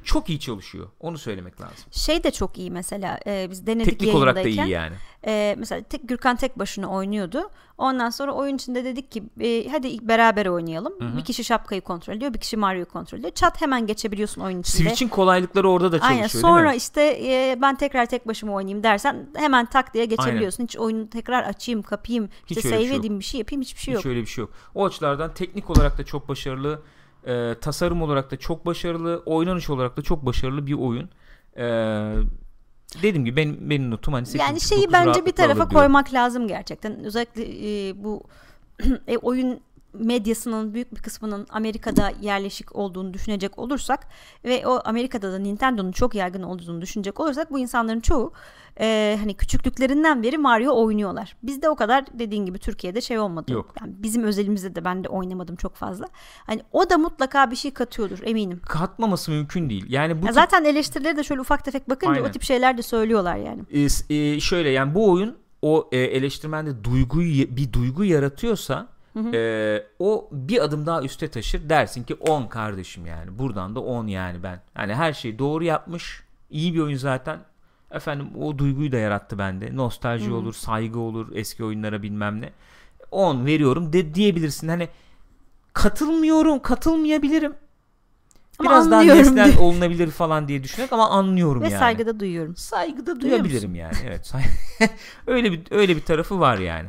Çok iyi çalışıyor. Onu söylemek lazım. Şey de çok iyi mesela. Biz denedik teknik olarak da iyi yani. Mesela Gürkan tek başına oynuyordu. Ondan sonra oyun içinde dedik ki hadi beraber oynayalım. Hı-hı. Bir kişi şapkayı kontrol ediyor, bir kişi Mario'yu kontrol ediyor. Çat hemen geçebiliyorsun oyun içinde. Switch'in kolaylıkları orada da çalışıyor. Aynen. Sonra değil mi? işte ben tekrar tek başıma oynayayım dersen hemen tak diye geçebiliyorsun. Aynen. Hiç oyunu tekrar açayım, kapayım, işte save edeyim, bir şey yapayım, hiçbir şey yok. Hiç öyle bir şey yok. O açılardan teknik olarak da çok başarılı, tasarım olarak da çok başarılı, oynanış olarak da çok başarılı bir oyun. Dediğim gibi benim notum hani 8.5-9 yani şeyi bence bir tarafa koymak lazım gerçekten. Özellikle bu oyun medyasının büyük bir kısmının Amerika'da yerleşik olduğunu düşünecek olursak ve o Amerika'da da Nintendo'nun çok yaygın olduğunu düşünecek olursak bu insanların çoğu hani küçüklüklerinden beri Mario oynuyorlar. Bizde o kadar dediğin gibi Türkiye'de şey olmadı. Yok. Yani bizim özelimizde de ben de oynamadım çok fazla. Hani o da mutlaka bir şey katıyordur eminim. Katmaması mümkün değil. Yani bu zaten eleştirileri de şöyle ufak tefek bakınca aynen. O tip şeyler de söylüyorlar yani. Şöyle yani bu oyun o eleştirmende bir duygu yaratıyorsa o bir adım daha üste taşır, dersin ki 10 kardeşim yani buradan da 10 yani ben yani her şeyi doğru yapmış, iyi bir oyun zaten efendim, o duyguyu da yarattı bende, nostalji olur, saygı olur eski oyunlara bilmem ne, 10 veriyorum diyebilirsin. Hani katılmayabilirim biraz daha nesnel olunabilir falan diye düşünerek ama anlıyorum ve yani. Ve saygıda duyuyorum. Saygıda duyabilirim yani. Evet. öyle bir tarafı var yani.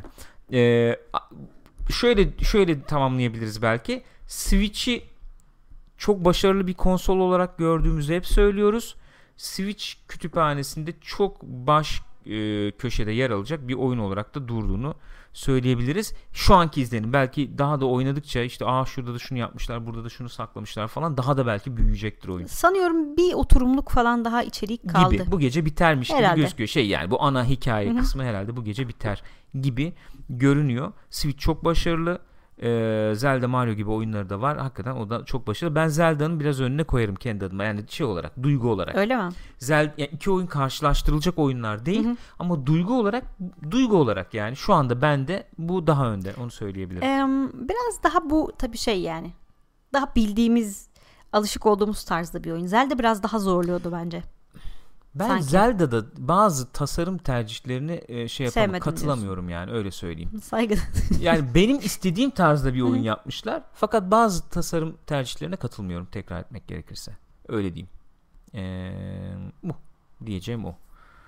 Şöyle tamamlayabiliriz belki. Switch'i çok başarılı bir konsol olarak gördüğümüzü hep söylüyoruz. Switch kütüphanesinde çok baş köşede yer alacak bir oyun olarak da durduğunu söyleyebiliriz. Şu anki izlenim belki daha da oynadıkça işte şurada da şunu yapmışlar, burada da şunu saklamışlar falan, daha da belki büyüyecektir oyun. Sanıyorum bir oturumluk falan daha içerik kaldı. Gibi. Bu gece bitermiş herhalde. Gibi gözüküyor. Yani bu ana hikaye kısmı herhalde bu gece biter gibi görünüyor. Switch çok başarılı. Zelda, Mario gibi oyunları da var. Hakikaten o da çok başarılı. Ben Zelda'nın biraz önüne koyarım kendi adıma. Yani şey olarak, duygu olarak. Öyle mi? Yani iki oyun karşılaştırılacak oyunlar değil. Ama duygu olarak yani şu anda bende bu daha önde. Onu söyleyebilirim. Biraz daha bu tabii şey yani. Daha bildiğimiz, alışık olduğumuz tarzda bir oyun. Zelda biraz daha zorluyordu bence. Ben sanki Zelda'da bazı tasarım tercihlerini katılamıyorum diyorsun. Yani öyle söyleyeyim. Saygı. Yani benim istediğim tarzda bir oyun yapmışlar. Fakat bazı tasarım tercihlerine katılmıyorum, tekrar etmek gerekirse. Öyle diyeyim. Bu diyeceğim o.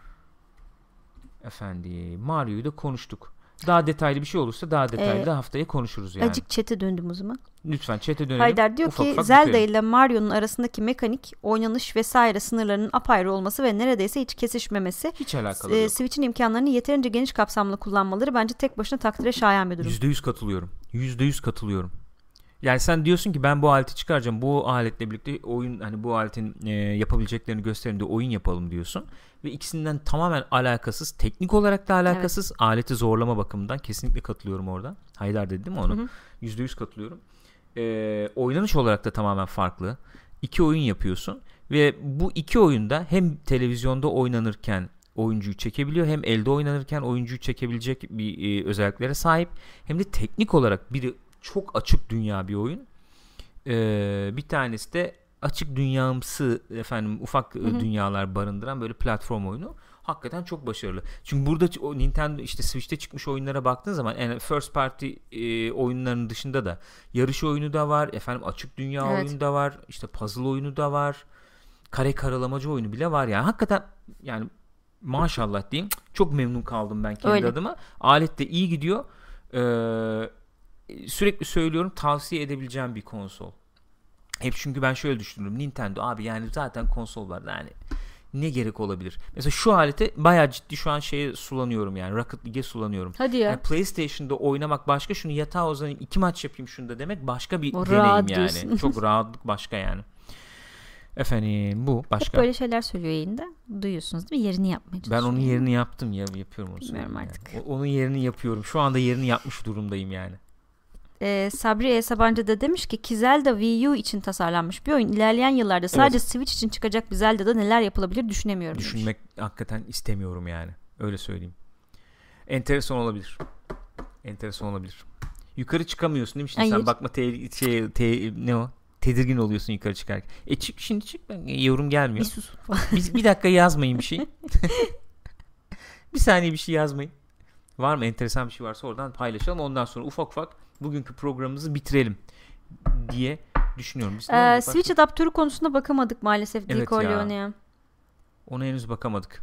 Efendim, Mario'yu da konuştuk. Daha detaylı bir şey olursa daha detaylı da haftaya konuşuruz yani. Acık chat'e döndüm o zaman. Lütfen chat'e dönelim. Haydar diyor ki Zelda ile Mario'nun arasındaki mekanik, oynanış vesaire sınırlarının apayrı olması ve neredeyse hiç kesişmemesi. Hiç alakalı yok. Switch'in imkanlarını yeterince geniş kapsamlı kullanmaları bence tek başına takdire şayan bir durum. %100 katılıyorum. %100 katılıyorum. Yani sen diyorsun ki ben bu aleti çıkaracağım. Bu aletle birlikte oyun, hani bu aletin yapabileceklerini gösterin de oyun yapalım diyorsun. Ve ikisinden tamamen alakasız, teknik olarak da alakasız, evet. Aleti zorlama bakımından kesinlikle katılıyorum orada. Haydar dedi değil mi onu? %100 katılıyorum. Oynanış olarak da tamamen farklı. İki oyun yapıyorsun ve bu iki oyunda hem televizyonda oynanırken oyuncuyu çekebiliyor, hem elde oynanırken oyuncuyu çekebilecek bir özelliklere sahip, hem de teknik olarak biri çok açık dünya bir oyun. Bir tanesi de açık dünyamsı ufak dünyalar barındıran böyle platform oyunu. Hakikaten çok başarılı. Çünkü burada o Nintendo işte Switch'te çıkmış oyunlara baktığın zaman yani first party oyunlarının dışında da yarış oyunu da var. Açık dünya oyunu da var. İşte puzzle oyunu da var. Kare karalamacı oyunu bile var yani. Hakikaten yani maşallah diyeyim. Çok memnun kaldım ben kendi adıma. Alet de iyi gidiyor. Sürekli söylüyorum, tavsiye edebileceğim bir konsol. Hep çünkü ben şöyle düşünüyorum. Nintendo abi yani zaten konsol var yani ne gerek olabilir? Mesela şu alete bayağı ciddi şu an sulanıyorum yani. Rocket League'e sulanıyorum. Hadi ya. Yani PlayStation'da oynamak başka, şunu yatağa uzanayım 2 maç yapayım şunda demek başka bir deneyim yani. Çok rahatlık başka yani. Efendim bu başka. Hep böyle şeyler söylüyor yayında. Duyuyorsunuz değil mi? Yerini yapmaya çalışıyor. Ben onun yerini yaptım ya, yapıyorum onu. Bilmiyorum artık. Yani. Onun yerini yapıyorum. Şu anda yerini yapmış durumdayım yani. Sabri Sabancı da demiş ki Zelda Wii U için tasarlanmış bir oyun. İlerleyen yıllarda sadece Switch için çıkacak bir Zelda'da neler yapılabilir düşünemiyorum. Düşünmek demiş. Hakikaten istemiyorum yani. Öyle söyleyeyim. Enteresan olabilir. Yukarı çıkamıyorsun değil mi? Şimdi sen bakma tedirgin oluyorsun yukarı çıkarken. Çık şimdi çık, yorum gelmiyor. Bir dakika yazmayın bir şey. Bir saniye bir şey yazmayın. Var mı enteresan bir şey varsa oradan paylaşalım. Ondan sonra ufak ufak bugünkü programımızı bitirelim diye düşünüyorum. Switch adaptörü konusunda bakamadık maalesef. Evet ya. Ona henüz bakamadık.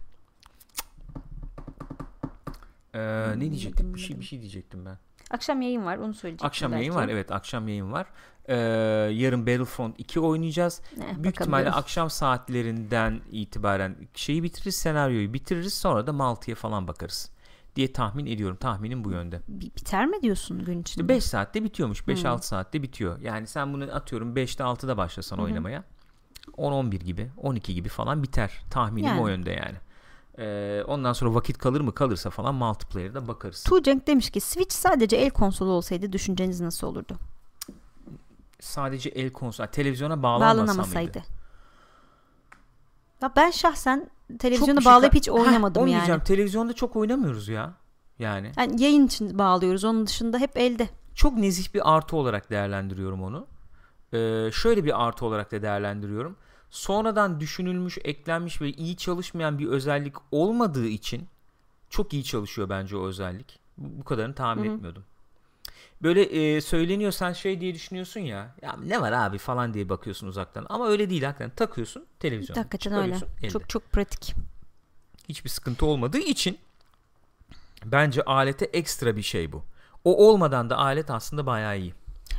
Ne diyecektim? Bir şey diyecektim ben. Akşam yayın var, onu söyleyecektim. Akşam yayın var, evet, akşam yayın var. Yarın Battlefront 2 oynayacağız. Büyük ihtimalle akşam saatlerinden itibaren şeyi bitiririz, senaryoyu bitiririz, sonra da Malta'ya falan bakarız diye tahmin ediyorum. Tahminim bu yönde. Biter mi diyorsun gün içinde? 5 saatte bitiyormuş. 5-6 saatte bitiyor. Yani sen bunu atıyorum 5'te 6'da başlasan oynamaya. 10-11 gibi, 12 gibi falan biter. Tahminim o yönde yani. Ondan sonra vakit kalır mı, kalırsa falan multiplayer'da bakarız. Tuğcenk demiş ki Switch sadece el konsolu olsaydı düşünceniz nasıl olurdu? Sadece el konsolu, televizyona bağlanamasaydı. Ya ben şahsen televizyona bağlayıp hiç oynamadım yani. Diyeceğim, televizyonda çok oynamıyoruz ya. Yani yayın için bağlıyoruz. Onun dışında hep elde. Çok nezih bir artı olarak değerlendiriyorum onu. Şöyle bir artı olarak da değerlendiriyorum. Sonradan düşünülmüş, eklenmiş ve iyi çalışmayan bir özellik olmadığı için çok iyi çalışıyor bence o özellik. Bu kadarını tahmin etmiyordum. Böyle söyleniyor, sen şey diye düşünüyorsun ya ne var abi falan diye bakıyorsun uzaktan. Ama öyle değil, hakikaten takıyorsun televizyona. Hakikaten öyle. Çok çok pratik. Hiçbir sıkıntı olmadığı için bence alete ekstra bir şey bu. O olmadan da alet aslında bayağı iyi.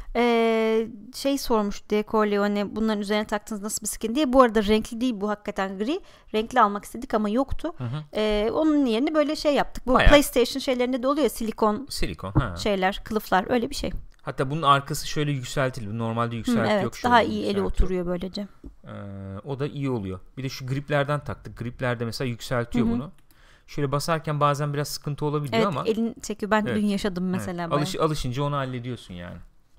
Sormuş Deco Leone, bunların üzerine taktığınız nasıl bir skin diye. Bu arada renkli değil bu, hakikaten gri. Renkli almak istedik ama yoktu. Onun yerine böyle şey yaptık. Bu bayağı PlayStation şeylerinde de oluyor ya, silikon şeyler, kılıflar, öyle bir şey. Hatta bunun arkası şöyle yükseltili. Normalde yükselti yok. Daha iyi eli oturuyor böylece. O da iyi oluyor. Bir de şu griplerden taktık. Griplerde mesela yükseltiyor bunu. Şöyle basarken bazen biraz sıkıntı olabiliyor ama. Evet, elin çekiyor. Ben dün yaşadım mesela. Alışınca onu hallediyorsun yani.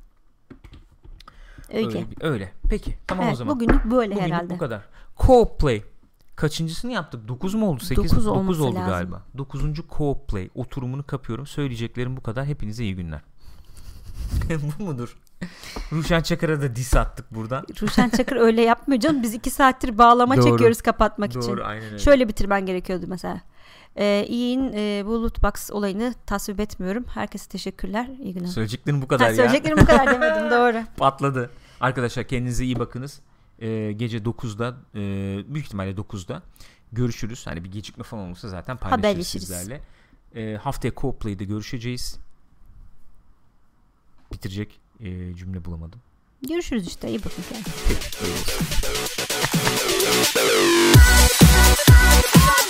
Öyle. Peki. Tamam o zaman. Bugünlük böyle herhalde. Bu kadar. Co-op Play. Kaçıncısını yaptık? 9 mu oldu? 8 9 oldu lazım galiba. 9. Co-op Play oturumunu kapıyorum. Söyleyeceklerim bu kadar. Hepinize iyi günler. Bu mudur? Ruşen Çakır'a da diss attık buradan. Ruşen Çakır öyle yapmıyor canım. Biz 2 saattir bağlama çekiyoruz kapatmak için. Doğru, aynen öyle. Şöyle bitirmen gerekiyordu mesela. İyi'nin bu lootbox olayını tasvip etmiyorum. Herkese teşekkürler. İyi günler. Söyleyeceklerim bu kadar ya. Söyleyeceklerim bu kadar demedim, doğru. Patladı. Arkadaşlar kendinize iyi bakınız. Gece 9'da büyük ihtimalle 9'da görüşürüz. Hani bir gecikme falan olursa zaten paylaşırız sizlerle. Haftaya Co-Play'de görüşeceğiz. Bitirecek cümle bulamadım. Görüşürüz işte. İyi bakın kendinize. Peki.